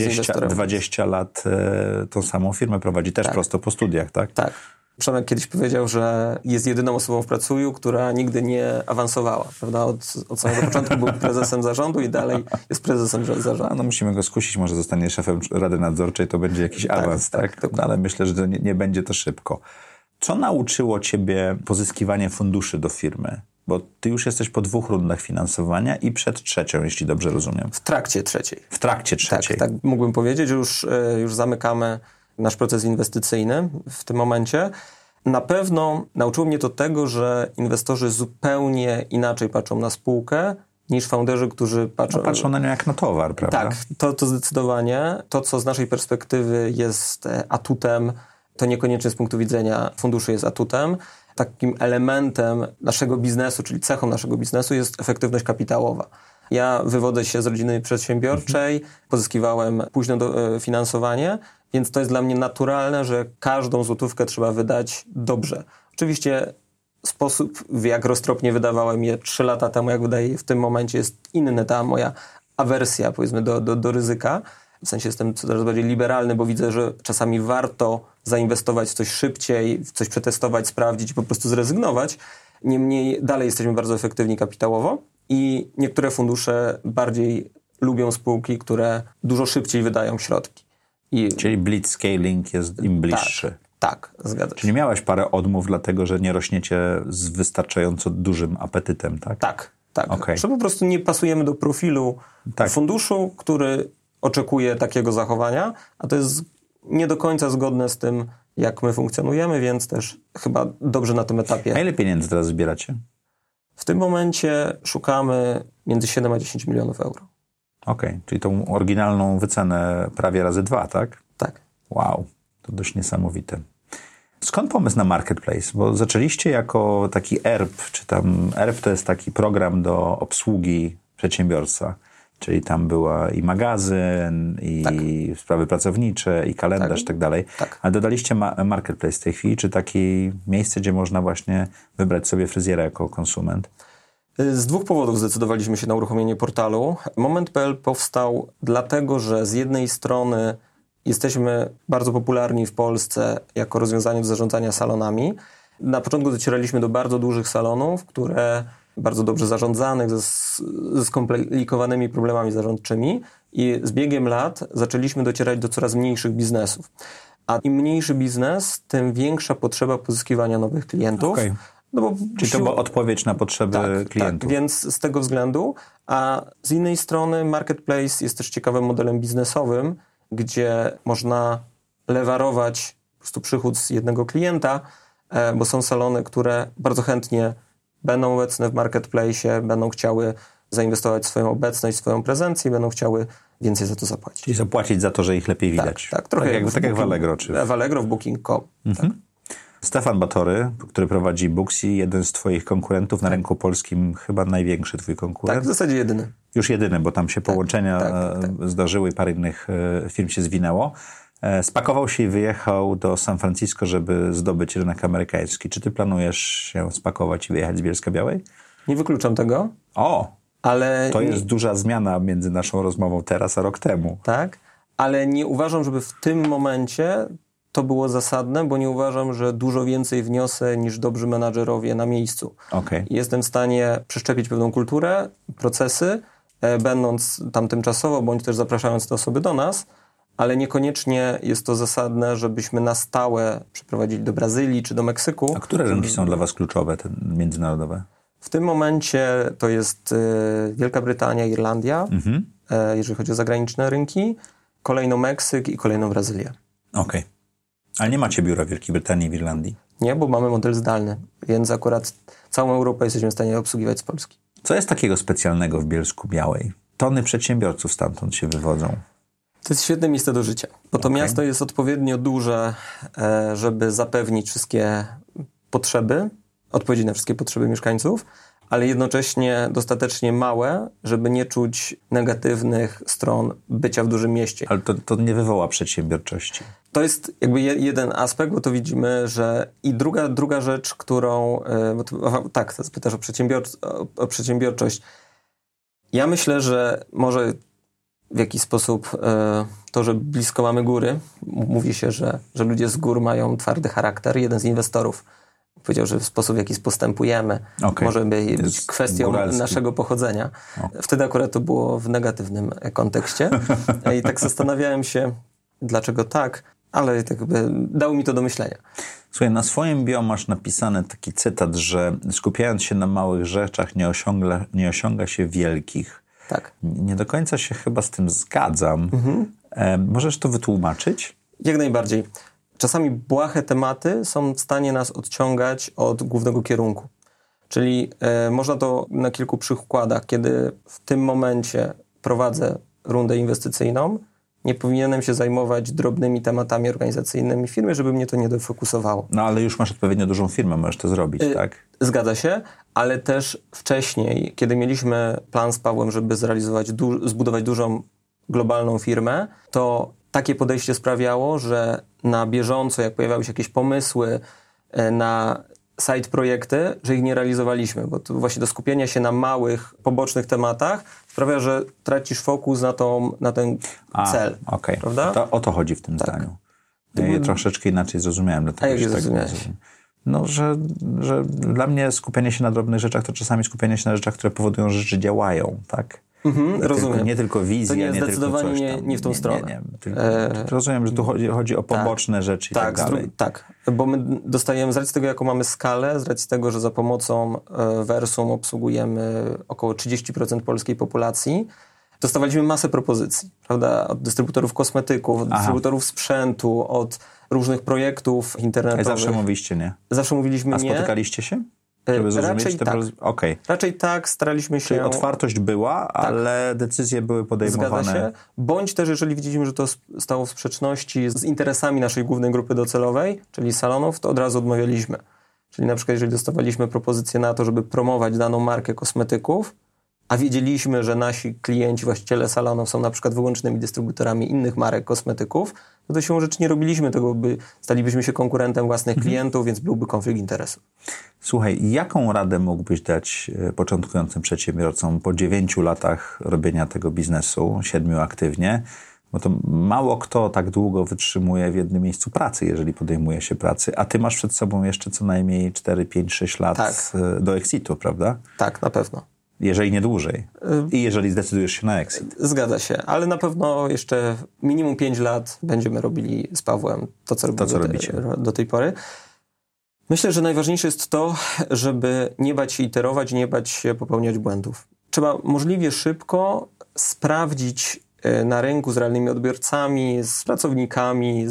A: 20 lat tą samą firmę prowadzi, też prosto po studiach, tak?
B: Tak. Przemek kiedyś powiedział, że jest jedyną osobą w Pracuju, która nigdy nie awansowała, prawda? Od samego początku był prezesem zarządu i dalej jest prezesem zarządu.
A: No musimy go skusić, może zostanie szefem Rady Nadzorczej, to będzie jakiś awans, tak? No, ale myślę, że nie będzie to szybko. Co nauczyło ciebie pozyskiwanie funduszy do firmy? Bo ty już jesteś po 2 rundach finansowania i przed 3, jeśli dobrze rozumiem.
B: W trakcie trzeciej.
A: W trakcie trzeciej.
B: Tak mógłbym powiedzieć, że już zamykamy nasz proces inwestycyjny w tym momencie. Na pewno nauczyło mnie to tego, że inwestorzy zupełnie inaczej patrzą na spółkę niż founderzy, którzy
A: patrzą na nią jak na towar, prawda?
B: Tak, to zdecydowanie. To, co z naszej perspektywy jest atutem, to niekoniecznie z punktu widzenia funduszu jest atutem. Takim elementem naszego biznesu, czyli cechą naszego biznesu jest efektywność kapitałowa. Ja wywodzę się z rodziny przedsiębiorczej, pozyskiwałem późno finansowanie, więc to jest dla mnie naturalne, że każdą złotówkę trzeba wydać dobrze. Oczywiście sposób, jak roztropnie wydawałem je 3 lata temu, jak wydaję je w tym momencie, jest inny. Ta moja awersja, powiedzmy, do ryzyka. W sensie jestem coraz bardziej liberalny, bo widzę, że czasami warto zainwestować w coś szybciej, w coś przetestować, sprawdzić i po prostu zrezygnować. Niemniej dalej jesteśmy bardzo efektywni kapitałowo i niektóre fundusze bardziej lubią spółki, które dużo szybciej wydają środki.
A: Czyli blitzscaling jest im bliższy.
B: Tak, zgadza się.
A: Czyli miałeś parę odmów, dlatego że nie rośniecie z wystarczająco dużym apetytem, tak?
B: Tak.
A: Okay.
B: Że po prostu nie pasujemy do profilu funduszu, który oczekuje takiego zachowania, a to jest nie do końca zgodne z tym, jak my funkcjonujemy, więc też chyba dobrze na tym etapie.
A: A ile pieniędzy teraz zbieracie?
B: W tym momencie szukamy między 7 a 10 milionów euro.
A: Okej, czyli tą oryginalną wycenę prawie razy 2, tak?
B: Tak.
A: Wow, to dość niesamowite. Skąd pomysł na Marketplace? Bo zaczęliście jako taki ERP, czy tam ERP to jest taki program do obsługi przedsiębiorstwa, czyli tam była i magazyn, i sprawy pracownicze, i kalendarz, i tak dalej.
B: Tak.
A: A dodaliście Marketplace w tej chwili, czy takie miejsce, gdzie można właśnie wybrać sobie fryzjera jako konsument?
B: Z 2 powodów zdecydowaliśmy się na uruchomienie portalu. Moment.pl powstał dlatego, że z jednej strony jesteśmy bardzo popularni w Polsce jako rozwiązanie do zarządzania salonami. Na początku docieraliśmy do bardzo dużych salonów, które bardzo dobrze zarządzanych, ze skomplikowanymi problemami zarządczymi i z biegiem lat zaczęliśmy docierać do coraz mniejszych biznesów. A im mniejszy biznes, tym większa potrzeba pozyskiwania nowych klientów.
A: Okay.
B: No bo
A: czyli to była odpowiedź na potrzeby klientów.
B: Tak, więc z tego względu, a z innej strony marketplace jest też ciekawym modelem biznesowym, gdzie można lewarować po prostu przychód z jednego klienta, bo są salony, które bardzo chętnie będą obecne w marketplace, będą chciały zainwestować w swoją obecność, swoją prezencję, będą chciały więcej za to zapłacić.
A: Czyli zapłacić za to, że ich lepiej widać.
B: Tak, trochę
A: tak jak w Allegro.
B: W Allegro, w Booking.com. Tak.
A: Stefan Batory, który prowadzi Booksy, jeden z twoich konkurentów na rynku polskim, chyba największy twój konkurent.
B: Tak, w zasadzie jedyny.
A: Już jedyny, bo tam się połączenia zdarzyły i parę innych firm się zwinęło. Spakował się i wyjechał do San Francisco, żeby zdobyć rynek amerykański. Czy ty planujesz się spakować i wyjechać z Bielska-Białej?
B: Nie wykluczam tego. Ale
A: to jest duża zmiana między naszą rozmową teraz a rok temu.
B: Tak, ale nie uważam, żeby w tym momencie to było zasadne, bo nie uważam, że dużo więcej wniosę niż dobrzy menadżerowie na miejscu.
A: Okay.
B: Jestem w stanie przeszczepić pewną kulturę, procesy, będąc tam tymczasowo, bądź też zapraszając te osoby do nas, ale niekoniecznie jest to zasadne, żebyśmy na stałe przeprowadzili do Brazylii czy do Meksyku.
A: A które rynki są dla was kluczowe, te międzynarodowe?
B: W tym momencie to jest Wielka Brytania, Irlandia, jeżeli chodzi o zagraniczne rynki, kolejno Meksyk i kolejno Brazylia.
A: Okej. Ale nie macie biura w Wielkiej Brytanii i w Irlandii?
B: Nie, bo mamy model zdalny, więc akurat całą Europę jesteśmy w stanie obsługiwać z Polski.
A: Co jest takiego specjalnego w Bielsku-Białej? Tony przedsiębiorców stamtąd się wywodzą.
B: To jest świetne miejsce do życia, bo to miasto jest odpowiednio duże, żeby zapewnić wszystkie potrzeby, odpowiedzieć na wszystkie potrzeby mieszkańców, ale jednocześnie dostatecznie małe, żeby nie czuć negatywnych stron bycia w dużym mieście.
A: Ale to nie wywoła przedsiębiorczości.
B: To jest jakby jeden aspekt, bo to widzimy, że i druga rzecz, którą... Tak, pytasz o przedsiębiorczość. Ja myślę, że może w jakiś sposób to, że blisko mamy góry, mówi się, że ludzie z gór mają twardy charakter. Jeden z inwestorów powiedział, że sposób, w jaki postępujemy, może być kwestią naszego pochodzenia. Wtedy akurat to było w negatywnym kontekście. I tak zastanawiałem się, dlaczego tak, ale tak jakby dało mi to do myślenia.
A: Słuchaj, na swoim bio masz napisany taki cytat, że skupiając się na małych rzeczach nie osiąga się wielkich.
B: Tak.
A: Nie do końca się chyba z tym zgadzam. Możesz to wytłumaczyć?
B: Jak najbardziej. Czasami błahe tematy są w stanie nas odciągać od głównego kierunku. Czyli można to na kilku przykładach, kiedy w tym momencie prowadzę rundę inwestycyjną, nie powinienem się zajmować drobnymi tematami organizacyjnymi w firmie, żeby mnie to nie defokusowało.
A: No ale już masz odpowiednio dużą firmę, możesz to zrobić, tak?
B: Zgadza się, ale też wcześniej, kiedy mieliśmy plan z Pawłem, żeby zbudować dużą globalną firmę, to takie podejście sprawiało, że na bieżąco, jak pojawiały się jakieś pomysły na side projekty, że ich nie realizowaliśmy, bo to właśnie do skupienia się na małych, pobocznych tematach sprawia, że tracisz fokus na ten cel.
A: Okej.
B: Prawda?
A: O to chodzi w tym zdaniu. Ja je troszeczkę inaczej zrozumiałem.
B: A jak je zrozumiałeś?
A: No, że dla mnie skupienie się na drobnych rzeczach to czasami skupienie się na rzeczach, które powodują, że rzeczy działają, tak?
B: Rozumiem.
A: Nie tylko wizja,
B: nie
A: tylko
B: zdecydowanie
A: coś tam.
B: nie w tą stronę.
A: Rozumiem, że tu chodzi o poboczne rzeczy i tak dalej.
B: Tak, bo my dostajemy z racji tego, jaką mamy skalę, z racji tego, że za pomocą Versum obsługujemy około 30% polskiej populacji, dostawaliśmy masę propozycji, prawda? Od dystrybutorów kosmetyków, od dystrybutorów sprzętu, od różnych projektów internetowych.
A: I zawsze mówiliście nie?
B: Zawsze mówiliśmy nie.
A: A spotykaliście się? Żeby
B: Raczej tak. Raczej tak, staraliśmy się...
A: Czyli otwartość była, ale decyzje były podejmowane.
B: Zgadza się. Bądź też, jeżeli widzimy, że to stało w sprzeczności z interesami naszej głównej grupy docelowej, czyli salonów, to od razu odmawialiśmy. Czyli na przykład, jeżeli dostawaliśmy propozycję na to, żeby promować daną markę kosmetyków, a wiedzieliśmy, że nasi klienci, właściciele salonów są na przykład wyłącznymi dystrybutorami innych marek kosmetyków, no to siłą rzeczy nie robiliśmy tego, stalibyśmy się konkurentem własnych klientów, więc byłby konflikt interesów.
A: Słuchaj, jaką radę mógłbyś dać początkującym przedsiębiorcom po 9 latach robienia tego biznesu, 7 aktywnie, Bo to mało kto tak długo wytrzymuje w jednym miejscu pracy, jeżeli podejmuje się pracy, a ty masz przed sobą jeszcze co najmniej 4, 5, 6 lat do exitu, prawda?
B: Tak, na pewno.
A: Jeżeli nie dłużej. I jeżeli zdecydujesz się na exit.
B: Zgadza się, ale na pewno jeszcze minimum 5 lat będziemy robili z Pawłem to, co robicie do tej pory. Myślę, że najważniejsze jest to, żeby nie bać się iterować, nie bać się popełniać błędów. Trzeba możliwie szybko sprawdzić na rynku z realnymi odbiorcami, z pracownikami,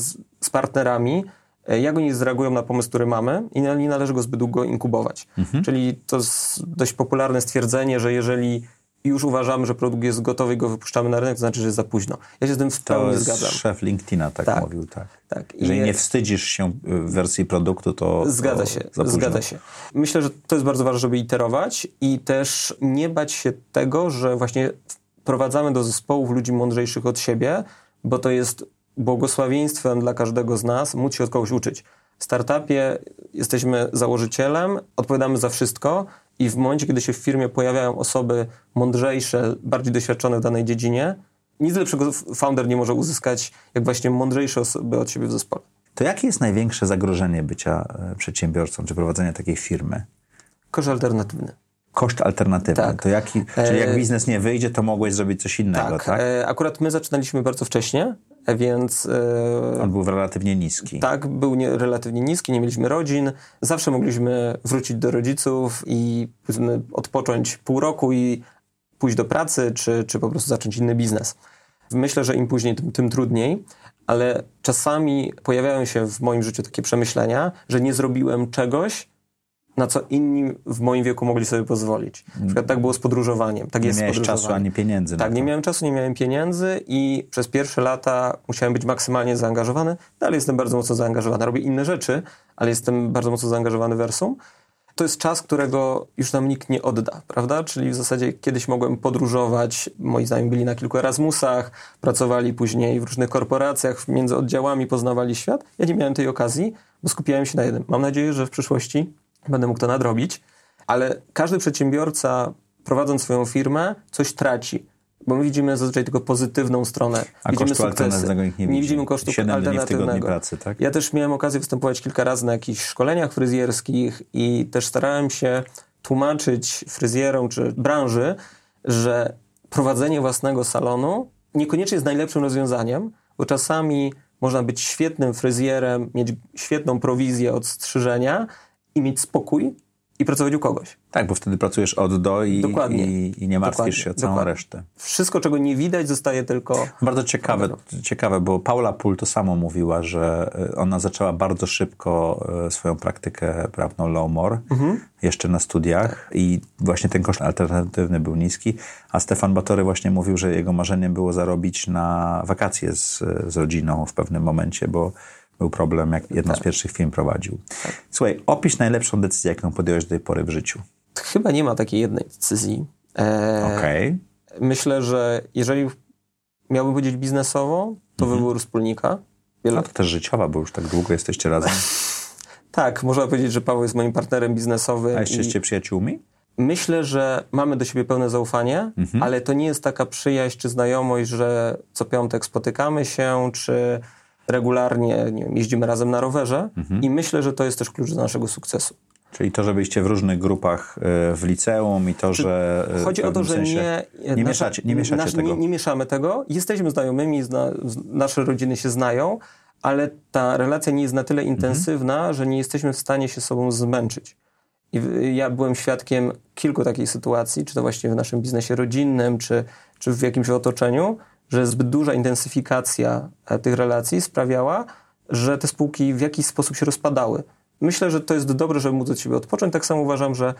B: z partnerami, jak oni zareagują na pomysł, który mamy i nie należy go zbyt długo inkubować. Czyli to jest dość popularne stwierdzenie, że jeżeli już uważamy, że produkt jest gotowy i go wypuszczamy na rynek, to znaczy, że jest za późno. Ja się z tym w pełni zgadzam.
A: Szef LinkedIna tak mówił, tak. Jeżeli nie wstydzisz się w wersji produktu, to
B: Zgadza się. Myślę, że to jest bardzo ważne, żeby iterować i też nie bać się tego, że właśnie wprowadzamy do zespołów ludzi mądrzejszych od siebie, bo to jest błogosławieństwem dla każdego z nas móc się od kogoś uczyć. W startupie jesteśmy założycielem, odpowiadamy za wszystko i w momencie, kiedy się w firmie pojawiają osoby mądrzejsze, bardziej doświadczone w danej dziedzinie, nic lepszego founder nie może uzyskać, jak właśnie mądrzejsze osoby od siebie w zespole.
A: To jakie jest największe zagrożenie bycia przedsiębiorcą czy prowadzenia takiej firmy?
B: Koszt alternatywny.
A: Koszt alternatywny.
B: Tak.
A: To czyli jak biznes nie wyjdzie, to mogłeś zrobić coś innego, tak?
B: Akurat my zaczynaliśmy bardzo wcześnie, więc...
A: On był relatywnie niski.
B: Tak, był relatywnie niski, nie mieliśmy rodzin. Zawsze mogliśmy wrócić do rodziców i odpocząć pół roku i pójść do pracy, czy po prostu zacząć inny biznes. Myślę, że im później, tym trudniej, ale czasami pojawiają się w moim życiu takie przemyślenia, że nie zrobiłem czegoś, na co inni w moim wieku mogli sobie pozwolić. Na przykład tak było z podróżowaniem. Tak jest z podróżowaniem. Nie miałeś
A: czasu ani pieniędzy.
B: Tak, nie miałem czasu, nie miałem pieniędzy i przez pierwsze lata musiałem być maksymalnie zaangażowany. Dalej jestem bardzo mocno zaangażowany. Robię inne rzeczy, ale jestem bardzo mocno zaangażowany w Versum. To jest czas, którego już nam nikt nie odda, prawda? Czyli w zasadzie kiedyś mogłem podróżować, moi znajomi byli na kilku Erasmusach, pracowali później w różnych korporacjach, między oddziałami poznawali świat. Ja nie miałem tej okazji, bo skupiałem się na jednym. Mam nadzieję, że w przyszłości będę mógł to nadrobić, ale każdy przedsiębiorca, prowadząc swoją firmę, coś traci. Bo my widzimy zazwyczaj tylko pozytywną stronę.
A: A
B: widzimy
A: kosztu alternatywnego nikt nie widzi.
B: Nie widzimy kosztu
A: 7 dni w tygodniu
B: alternatywnego.
A: pracy, tak?
B: Ja też miałem okazję występować kilka razy na jakichś szkoleniach fryzjerskich i też starałem się tłumaczyć fryzjerom czy branży, że prowadzenie własnego salonu niekoniecznie jest najlepszym rozwiązaniem, bo czasami można być świetnym fryzjerem, mieć świetną prowizję od strzyżenia i mieć spokój i pracować u kogoś.
A: Tak, bo wtedy pracujesz od do i nie martwisz się o całą resztę.
B: Wszystko, czego nie widać, zostaje tylko...
A: Bardzo ciekawe, bo Paula Pool to samo mówiła, że ona zaczęła bardzo szybko swoją praktykę prawną Law More, jeszcze na studiach i właśnie ten koszt alternatywny był niski, a Stefan Batory właśnie mówił, że jego marzeniem było zarobić na wakacje z rodziną w pewnym momencie, bo był problem, jak jedną z pierwszych firm prowadził. Tak. Słuchaj, opisz najlepszą decyzję, jaką podjąłeś do tej pory w życiu.
B: Chyba nie ma takiej jednej decyzji.
A: Okej.
B: Myślę, że jeżeli miałbym powiedzieć biznesowo, to wybór wspólnika.
A: A to też życiowa, bo już tak długo jesteście razem.
B: Tak, można powiedzieć, że Paweł jest moim partnerem biznesowym.
A: A jesteście przyjaciółmi?
B: Myślę, że mamy do siebie pełne zaufanie, ale to nie jest taka przyjaźń czy znajomość, że co piątek spotykamy się, czy regularnie jeździmy razem na rowerze i myślę, że to jest też klucz do naszego sukcesu.
A: Czyli to, że byliście w różnych grupach w liceum i to, że...
B: Chodzi o to, że
A: nie mieszacie tego.
B: Nie mieszamy tego. Jesteśmy znajomymi, nasze rodziny się znają, ale ta relacja nie jest na tyle intensywna, że nie jesteśmy w stanie się sobą zmęczyć. I ja byłem świadkiem kilku takich sytuacji, czy to właśnie w naszym biznesie rodzinnym, czy w jakimś otoczeniu, że zbyt duża intensyfikacja tych relacji sprawiała, że te spółki w jakiś sposób się rozpadały. Myślę, że to jest dobre, żeby móc od siebie odpocząć. Tak samo uważam, że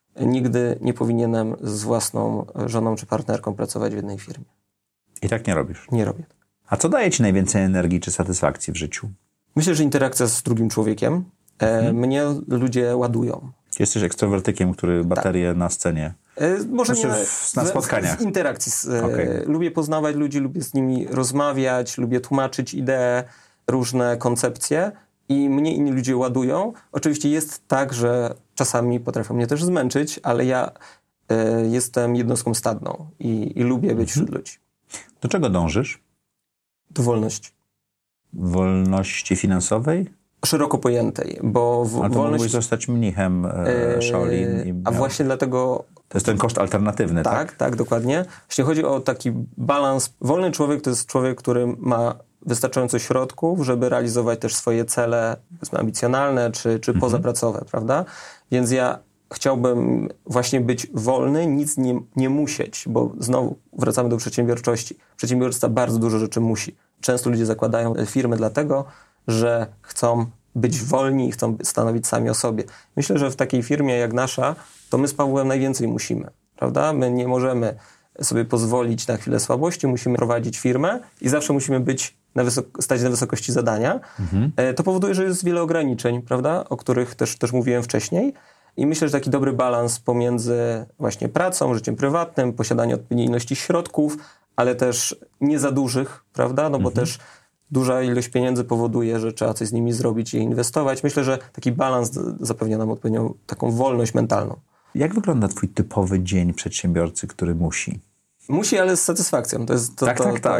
B: nigdy nie powinienem z własną żoną czy partnerką pracować w jednej firmie.
A: I tak nie robisz?
B: Nie robię.
A: A co daje ci najwięcej energii czy satysfakcji w życiu?
B: Myślę, że interakcja z drugim człowiekiem. Mnie ludzie ładują.
A: Jesteś ekstrowertykiem, który baterię na scenie...
B: Może nie
A: na spotkaniach.
B: W interakcji. Lubię poznawać ludzi, lubię z nimi rozmawiać, lubię tłumaczyć idee, różne koncepcje i mnie inni ludzie ładują. Oczywiście jest tak, że czasami potrafią mnie też zmęczyć, ale ja jestem jednostką stadną i lubię być wśród ludzi.
A: Do czego dążysz?
B: Do wolności.
A: Wolności finansowej?
B: Szeroko pojętej, bo
A: Ale to mógłbyś zostać mnichem Shaolin.
B: A właśnie dlatego...
A: To jest ten koszt alternatywny, tak?
B: Tak, dokładnie. Jeśli chodzi o taki balans, wolny człowiek to jest człowiek, który ma wystarczająco środków, żeby realizować też swoje cele, powiedzmy, ambicjonalne czy pozapracowe, prawda? Więc ja chciałbym właśnie być wolny, nic nie musieć, bo znowu wracamy do przedsiębiorczości. Przedsiębiorca bardzo dużo rzeczy musi. Często ludzie zakładają firmy dlatego, że chcą być wolni i chcą stanowić sami o sobie. Myślę, że w takiej firmie jak nasza, to my z Pawłem najwięcej musimy, prawda? My nie możemy sobie pozwolić na chwilę słabości, musimy prowadzić firmę i zawsze musimy być stać na wysokości zadania. To powoduje, że jest wiele ograniczeń, prawda? O których też mówiłem wcześniej. I myślę, że taki dobry balans pomiędzy właśnie pracą, życiem prywatnym, posiadaniem odpowiedniej ilości środków, ale też nie za dużych, prawda? No bo też duża ilość pieniędzy powoduje, że trzeba coś z nimi zrobić i je inwestować. Myślę, że taki balans zapewnia nam odpowiednią taką wolność mentalną.
A: Jak wygląda twój typowy dzień przedsiębiorcy, który musi?
B: Musi, ale z satysfakcją.
A: Tak.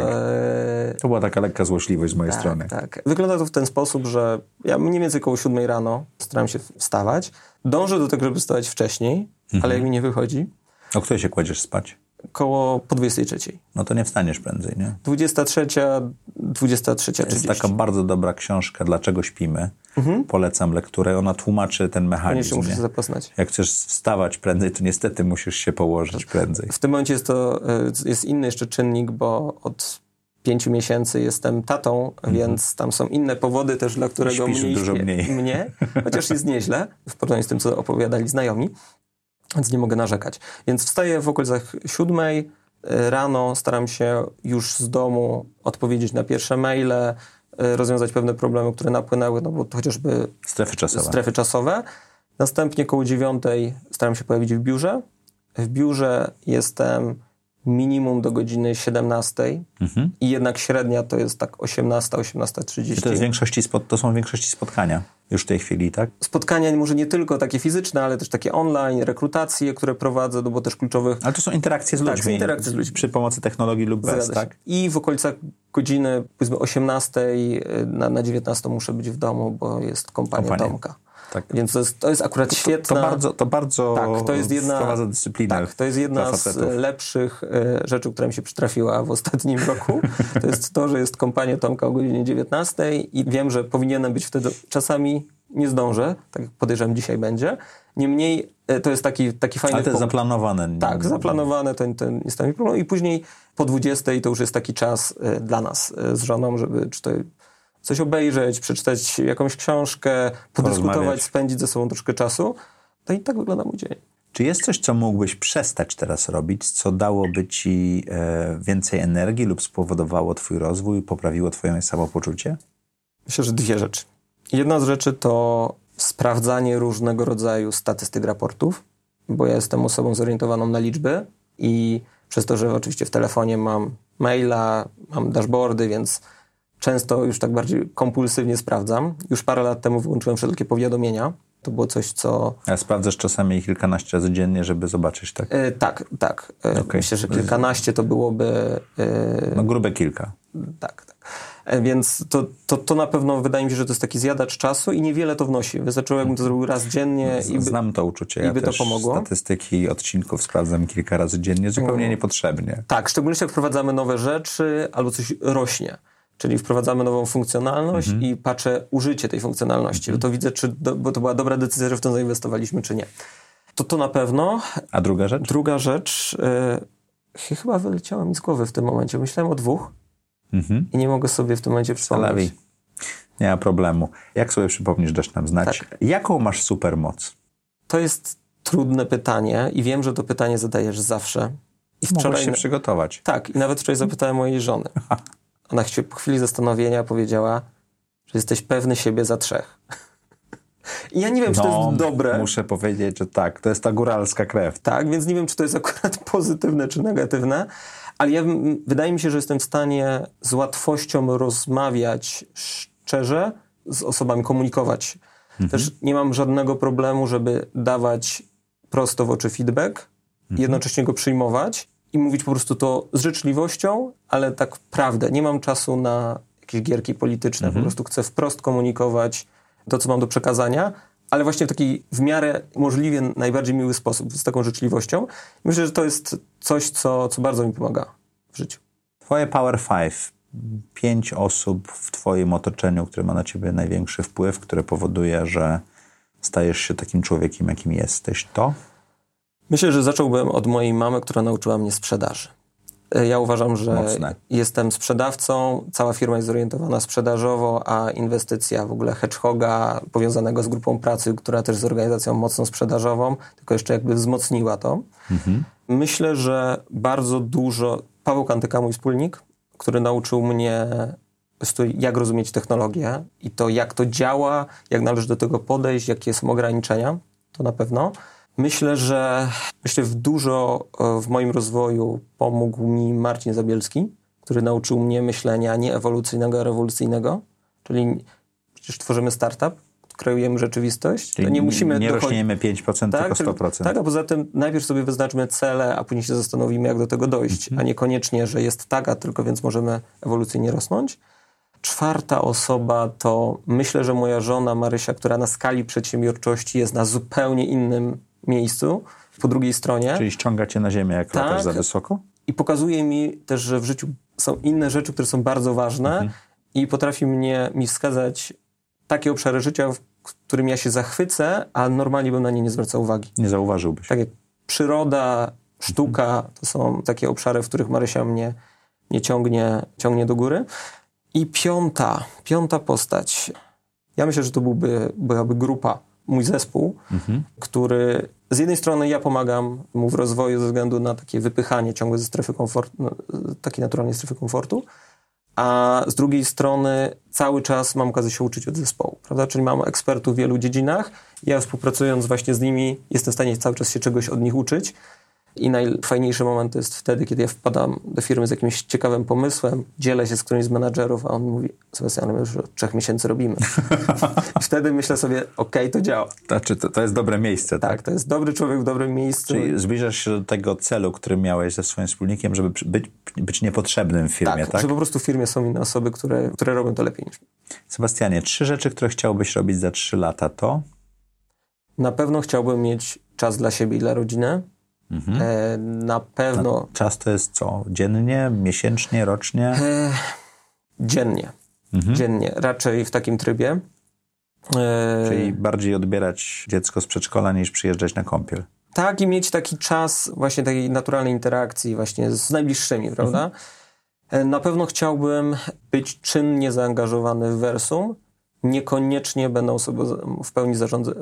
A: To była taka lekka złośliwość z mojej strony.
B: Tak. Wygląda to w ten sposób, że ja mniej więcej koło 7 rano staram się wstawać. Dążę do tego, żeby wstawać wcześniej, ale jak mi nie wychodzi...
A: O której się kładziesz spać?
B: Koło po 23.
A: No to nie wstaniesz prędzej, nie?
B: 23, 23:30.
A: Jest taka bardzo dobra książka Dlaczego śpimy. Polecam lekturę. Ona tłumaczy ten mechanizm.
B: Koniecznie muszę się zapoznać.
A: Jak chcesz wstawać prędzej, to niestety musisz się położyć prędzej.
B: W tym momencie jest inny jeszcze czynnik, bo od 5 miesięcy jestem tatą, więc tam są inne powody też, dla którego mnie, chociaż jest nieźle w porównaniu z tym, co opowiadali znajomi. Więc nie mogę narzekać. Więc wstaję w okolicach 7 rano, staram się już z domu odpowiedzieć na pierwsze maile, rozwiązać pewne problemy, które napłynęły, no bo to chociażby strefy czasowe. Następnie koło 9 staram się pojawić w biurze. W biurze jestem minimum do godziny 17 i jednak średnia to jest tak 18, 18:30.
A: To są w większości spotkania już w tej chwili, tak?
B: Spotkania może nie tylko takie fizyczne, ale też takie online, rekrutacje, które prowadzę, no bo też kluczowych...
A: Ale to są interakcje z ludźmi.
B: Interakcje z ludźmi.
A: Przy pomocy technologii lub bez, tak?
B: I w okolicach godziny, powiedzmy 18 na 19 muszę być w domu, bo jest kompania Tomka. Tak. Więc to jest akurat świetna...
A: To bardzo
B: tak, to jest jedna,
A: wprowadza dyscyplinę.
B: Tak, to jest jedna z lepszych rzeczy, która mi się przytrafiła w ostatnim roku. To jest to, że jest kompania Tomka o godzinie 19 i wiem, że powinienem być wtedy... Czasami nie zdążę, tak jak podejrzewam dzisiaj będzie. Niemniej to jest taki fajny...
A: Ale to jest zaplanowane.
B: Tak, zaplanowane, to nie jest tam problem. I później po 20 to już jest taki czas dla nas z żoną, żeby coś obejrzeć, przeczytać jakąś książkę, podyskutować, spędzić ze sobą troszkę czasu. No i tak wygląda mój dzień.
A: Czy jest coś, co mógłbyś przestać teraz robić, co dałoby ci więcej energii lub spowodowało twój rozwój, poprawiło twoje samopoczucie?
B: Myślę, że 2 rzeczy. Jedna z rzeczy to sprawdzanie różnego rodzaju statystyk raportów, bo ja jestem osobą zorientowaną na liczby i przez to, że oczywiście w telefonie mam maila, mam dashboardy, więc często już tak bardziej kompulsywnie sprawdzam. Już parę lat temu wyłączyłem wszelkie powiadomienia. To było coś, co...
A: A sprawdzasz czasami kilkanaście razy dziennie, żeby zobaczyć, tak?
B: Tak. Okay. Myślę, że kilkanaście to byłoby...
A: No grube kilka.
B: Tak. Więc to na pewno wydaje mi się, że to jest taki zjadacz czasu i niewiele to wnosi. Wystarczyło, jakbym to zrobił raz dziennie
A: Znam to uczucie.
B: Ja też to pomogło.
A: Statystyki odcinków sprawdzam kilka razy dziennie, zupełnie niepotrzebnie.
B: Tak, szczególnie jak wprowadzamy nowe rzeczy albo coś rośnie. Czyli wprowadzamy nową funkcjonalność i patrzę użycie tej funkcjonalności. To widzę, bo to była dobra decyzja, że w to zainwestowaliśmy, czy nie. To na pewno.
A: A druga rzecz?
B: Druga rzecz, chyba wyleciała mi z głowy w tym momencie. Myślałem o 2 i nie mogę sobie w tym momencie przypomnieć.
A: Nie ma problemu. Jak sobie przypomnisz, dasz nam znać. Tak. Jaką masz supermoc?
B: To jest trudne pytanie i wiem, że to pytanie zadajesz zawsze.
A: I wczoraj się przygotować.
B: Tak, i nawet wczoraj zapytałem mojej żony. Ona po chwili zastanowienia powiedziała, że jesteś pewny siebie za 3. I ja nie wiem, czy to jest dobre.
A: Muszę powiedzieć, że tak. To jest ta góralska krew.
B: Tak, więc nie wiem, czy to jest akurat pozytywne, czy negatywne. Ale wydaje mi się, że jestem w stanie z łatwością rozmawiać szczerze z osobami, komunikować. Też nie mam żadnego problemu, żeby dawać prosto w oczy feedback, jednocześnie go przyjmować i mówić po prostu to z życzliwością, ale tak prawdę. Nie mam czasu na jakieś gierki polityczne. Po prostu chcę wprost komunikować to, co mam do przekazania, ale właśnie w taki w miarę możliwie najbardziej miły sposób, z taką życzliwością. Myślę, że to jest coś, co bardzo mi pomaga w życiu.
A: Twoje Power 5. 5 osób w twoim otoczeniu, które ma na ciebie największy wpływ, które powoduje, że stajesz się takim człowiekiem, jakim jesteś. To?
B: Myślę, że zacząłbym od mojej mamy, która nauczyła mnie sprzedaży. Ja uważam, że jestem sprzedawcą, cała firma jest zorientowana sprzedażowo, a inwestycja w ogóle hedgehoga powiązanego z grupą pracy, która też jest organizacją mocno sprzedażową, tylko jeszcze jakby wzmocniła to. Myślę, że bardzo dużo... Paweł Kantyka, mój wspólnik, który nauczył mnie, jak rozumieć technologię i to, jak to działa, jak należy do tego podejść, jakie są ograniczenia, to na pewno. Myślę, że dużo w moim rozwoju pomógł mi Marcin Zabielski, który nauczył mnie myślenia nie ewolucyjnego, a rewolucyjnego. Czyli przecież tworzymy startup, kreujemy rzeczywistość.
A: Czyli
B: to nie musimy
A: nie rośniemy 5%,
B: tak,
A: tylko 100%.
B: Tak, a poza tym najpierw sobie wyznaczmy cele, a później się zastanowimy, jak do tego dojść, a niekoniecznie, że jest tak, a tylko więc możemy ewolucyjnie rosnąć. 4. osoba to myślę, że moja żona Marysia, która na skali przedsiębiorczości jest na zupełnie innym miejscu, po drugiej stronie.
A: Czyli ściąga cię na ziemię, jak latasz za wysoko?
B: I pokazuje mi też, że w życiu są inne rzeczy, które są bardzo ważne i potrafi mi wskazać takie obszary życia, w którym ja się zachwycę, a normalnie bym na nie nie zwracał uwagi. Nie
A: zauważyłbyś.
B: Tak jak przyroda, sztuka, to są takie obszary, w których Marysia mnie ciągnie do góry. I piąta postać. Ja myślę, że to byłaby grupa, mój zespół, który z jednej strony ja pomagam mu w rozwoju ze względu na takie wypychanie ciągłe ze strefy komfortu, takiej naturalnej strefy komfortu, a z drugiej strony cały czas mam okazję się uczyć od zespołu, prawda? Czyli mam ekspertów w wielu dziedzinach. Ja współpracując właśnie z nimi jestem w stanie cały czas się czegoś od nich uczyć. I najfajniejszy moment to jest wtedy, kiedy ja wpadam do firmy z jakimś ciekawym pomysłem, dzielę się z którymś z menadżerów, a on mówi: Sebastian, my już od 3 miesięcy robimy. I wtedy myślę sobie, okej, to działa.
A: Znaczy, to jest dobre miejsce, tak?
B: Tak, to jest dobry człowiek w dobrym miejscu.
A: Czyli zbliżasz się do tego celu, który miałeś ze swoim wspólnikiem, żeby być niepotrzebnym w firmie, tak?
B: Że po prostu w firmie są inne osoby, które robią to lepiej niż my.
A: Sebastianie, 3 rzeczy, które chciałbyś robić za 3 lata, to?
B: Na pewno chciałbym mieć czas dla siebie i dla rodziny. Na pewno...
A: Czas to jest co? Dziennie, miesięcznie, rocznie?
B: Dziennie. Dziennie. Raczej w takim trybie.
A: Czyli bardziej odbierać dziecko z przedszkola niż przyjeżdżać na kąpiel.
B: Tak, i mieć taki czas właśnie takiej naturalnej interakcji właśnie z najbliższymi, prawda? Na pewno chciałbym być czynnie zaangażowany w Versum. Niekoniecznie będę osobą w pełni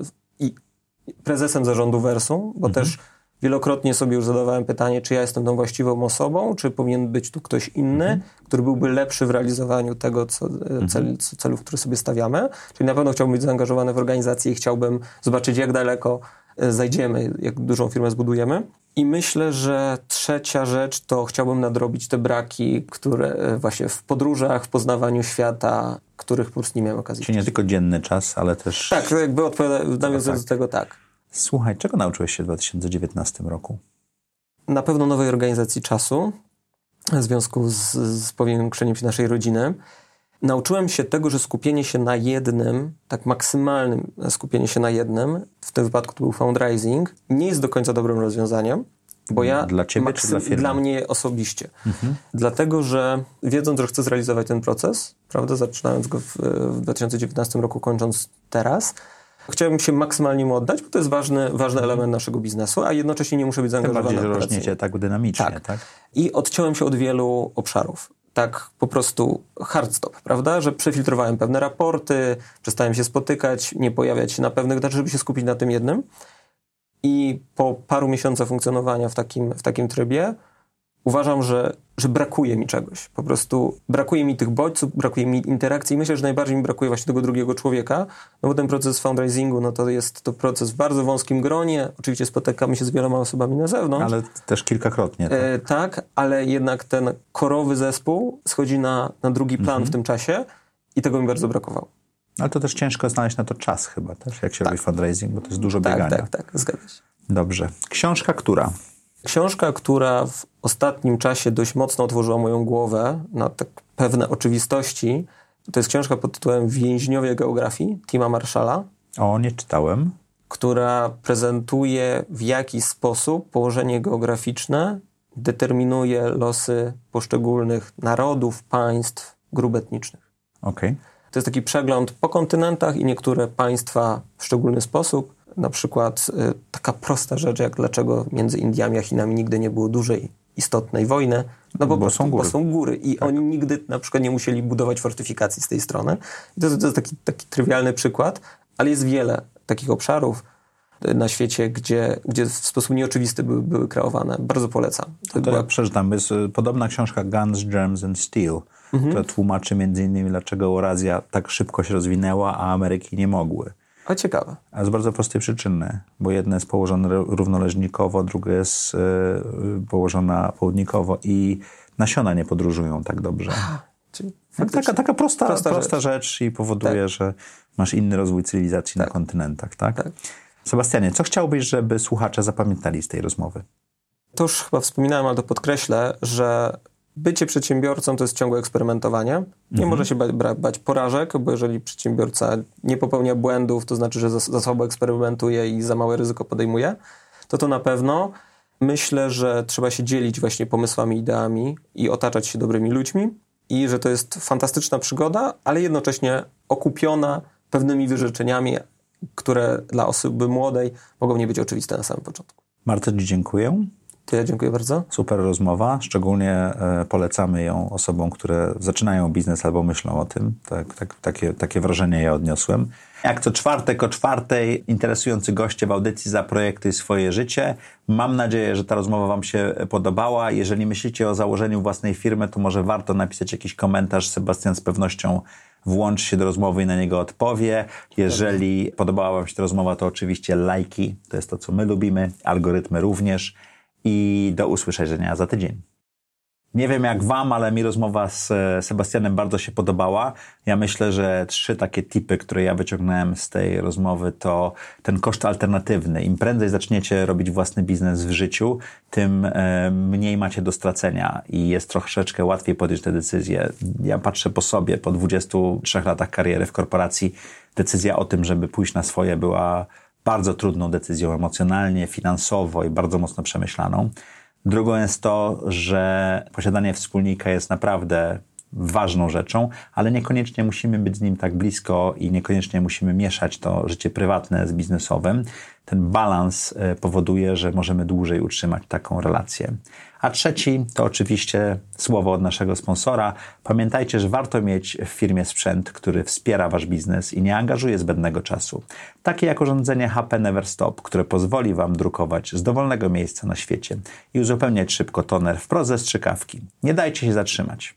B: prezesem zarządu Versum, bo też wielokrotnie sobie już zadawałem pytanie, czy ja jestem tą właściwą osobą, czy powinien być tu ktoś inny, który byłby lepszy w realizowaniu tego celów, które sobie stawiamy. Czyli na pewno chciałbym być zaangażowany w organizację i chciałbym zobaczyć, jak daleko zajdziemy, jak dużą firmę zbudujemy. I myślę, że 3. rzecz to chciałbym nadrobić te braki, które właśnie w podróżach, w poznawaniu świata, których po prostu nie miałem okazji.
A: Czyli nie tylko dzienny czas, ale też...
B: Tak, jakby nawiązując do tego, tak.
A: Słuchaj, czego nauczyłeś się w 2019 roku?
B: Na pewno nowej organizacji czasu w związku z powiększeniem się naszej rodziny. Nauczyłem się tego, że skupienie się na jednym, tak maksymalnym skupienie się na jednym, w tym wypadku to był fundraising, nie jest do końca dobrym rozwiązaniem, bo ja...
A: Dla ciebie czy dla firmy?
B: Dla mnie osobiście. Dlatego, że wiedząc, że chcę zrealizować ten proces, prawda, zaczynając go w 2019 roku, kończąc teraz, chciałbym się maksymalnie mu oddać, bo to jest ważny element naszego biznesu, a jednocześnie nie muszę być zaangażowany
A: w pracę. Rośniecie tak dynamicznie, tak?
B: I odciąłem się od wielu obszarów. Tak po prostu hard stop, prawda? Że przefiltrowałem pewne raporty, przestałem się spotykać, nie pojawiać się na pewnych, żeby się skupić na tym jednym. I po paru miesiącach funkcjonowania w takim trybie uważam, że brakuje mi czegoś. Po prostu brakuje mi tych bodźców, brakuje mi interakcji. Myślę, że najbardziej mi brakuje właśnie tego drugiego człowieka, no bo ten proces fundraisingu, no to jest to proces w bardzo wąskim gronie. Oczywiście spotykamy się z wieloma osobami na zewnątrz.
A: Ale też kilkakrotnie.
B: Tak, ale jednak ten korowy zespół schodzi na drugi plan w tym czasie i tego mi bardzo brakowało.
A: Ale to też ciężko znaleźć na to czas chyba też, jak się robi fundraising, bo to jest dużo biegania.
B: Tak, zgadza się.
A: Dobrze. Książka która?
B: Książka, która w ostatnim czasie dość mocno otworzyła moją głowę na tak pewne oczywistości, to jest książka pod tytułem Więźniowie geografii Tima Marshalla.
A: O, nie czytałem.
B: Która prezentuje, w jaki sposób położenie geograficzne determinuje losy poszczególnych narodów, państw, grup etnicznych.
A: Okej.
B: To jest taki przegląd po kontynentach i niektóre państwa w szczególny sposób. Na przykład taka prosta rzecz, jak dlaczego między Indiami a Chinami nigdy nie było dużej, istotnej wojny. No bo są góry. I oni nigdy na przykład nie musieli budować fortyfikacji z tej strony. I to jest taki trywialny przykład, ale jest wiele takich obszarów na świecie, gdzie w sposób nieoczywisty były kreowane. Bardzo polecam.
A: Ja przeczytam. Jest podobna książka Guns, Germs and Steel, która tłumaczy między innymi, dlaczego Eurazja tak szybko się rozwinęła, a Ameryki nie mogły.
B: A ciekawe.
A: A z bardzo prostej przyczyny, bo jedna jest położona równoleżnikowo, druga jest położona południkowo i nasiona nie podróżują tak dobrze.
B: Czyli
A: taka prosta rzecz i powoduje, że masz inny rozwój cywilizacji na kontynentach, tak? Sebastianie, co chciałbyś, żeby słuchacze zapamiętali z tej rozmowy?
B: To już chyba wspominałem, ale to podkreślę, że bycie przedsiębiorcą to jest ciągłe eksperymentowanie. Nie może się bać porażek, bo jeżeli przedsiębiorca nie popełnia błędów, to znaczy, że za słabo eksperymentuje i za małe ryzyko podejmuje, to na pewno. Myślę, że trzeba się dzielić właśnie pomysłami, ideami i otaczać się dobrymi ludźmi i że to jest fantastyczna przygoda, ale jednocześnie okupiona pewnymi wyrzeczeniami, które dla osoby młodej mogą nie być oczywiste na samym początku.
A: Bardzo Ci dziękuję.
B: To ja dziękuję bardzo.
A: Super rozmowa. Szczególnie polecamy ją osobom, które zaczynają biznes albo myślą o tym. Takie wrażenie ja odniosłem. Jak co czwartek o 4:00 interesujący goście w audycji Zaprojektuj swoje życie. Mam nadzieję, że ta rozmowa Wam się podobała. Jeżeli myślicie o założeniu własnej firmy, to może warto napisać jakiś komentarz. Sebastian z pewnością włączy się do rozmowy i na niego odpowie. Jeżeli podobała Wam się ta rozmowa, to oczywiście lajki. To jest to, co my lubimy. Algorytmy również. I do usłyszenia za tydzień. Nie wiem jak Wam, ale mi rozmowa z Sebastianem bardzo się podobała. Ja myślę, że 3 takie tipy, które ja wyciągnąłem z tej rozmowy, to ten koszt alternatywny. Im prędzej zaczniecie robić własny biznes w życiu, tym mniej macie do stracenia i jest troszeczkę łatwiej podjąć te decyzje. Ja patrzę po sobie, po 23 latach kariery w korporacji, decyzja o tym, żeby pójść na swoje była bardzo trudną decyzją emocjonalnie, finansowo i bardzo mocno przemyślaną. Drugą jest to, że posiadanie wspólnika jest naprawdę ważną rzeczą, ale niekoniecznie musimy być z nim tak blisko i niekoniecznie musimy mieszać to życie prywatne z biznesowym. Ten balans powoduje, że możemy dłużej utrzymać taką relację. A trzeci to oczywiście słowo od naszego sponsora. Pamiętajcie, że warto mieć w firmie sprzęt, który wspiera Wasz biznes i nie angażuje zbędnego czasu. Takie jak urządzenie HP Never Stop, które pozwoli Wam drukować z dowolnego miejsca na świecie i uzupełniać szybko toner wprost ze strzykawki. Nie dajcie się zatrzymać.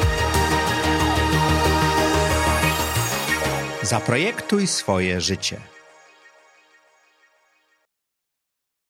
A: Zaprojektuj swoje życie.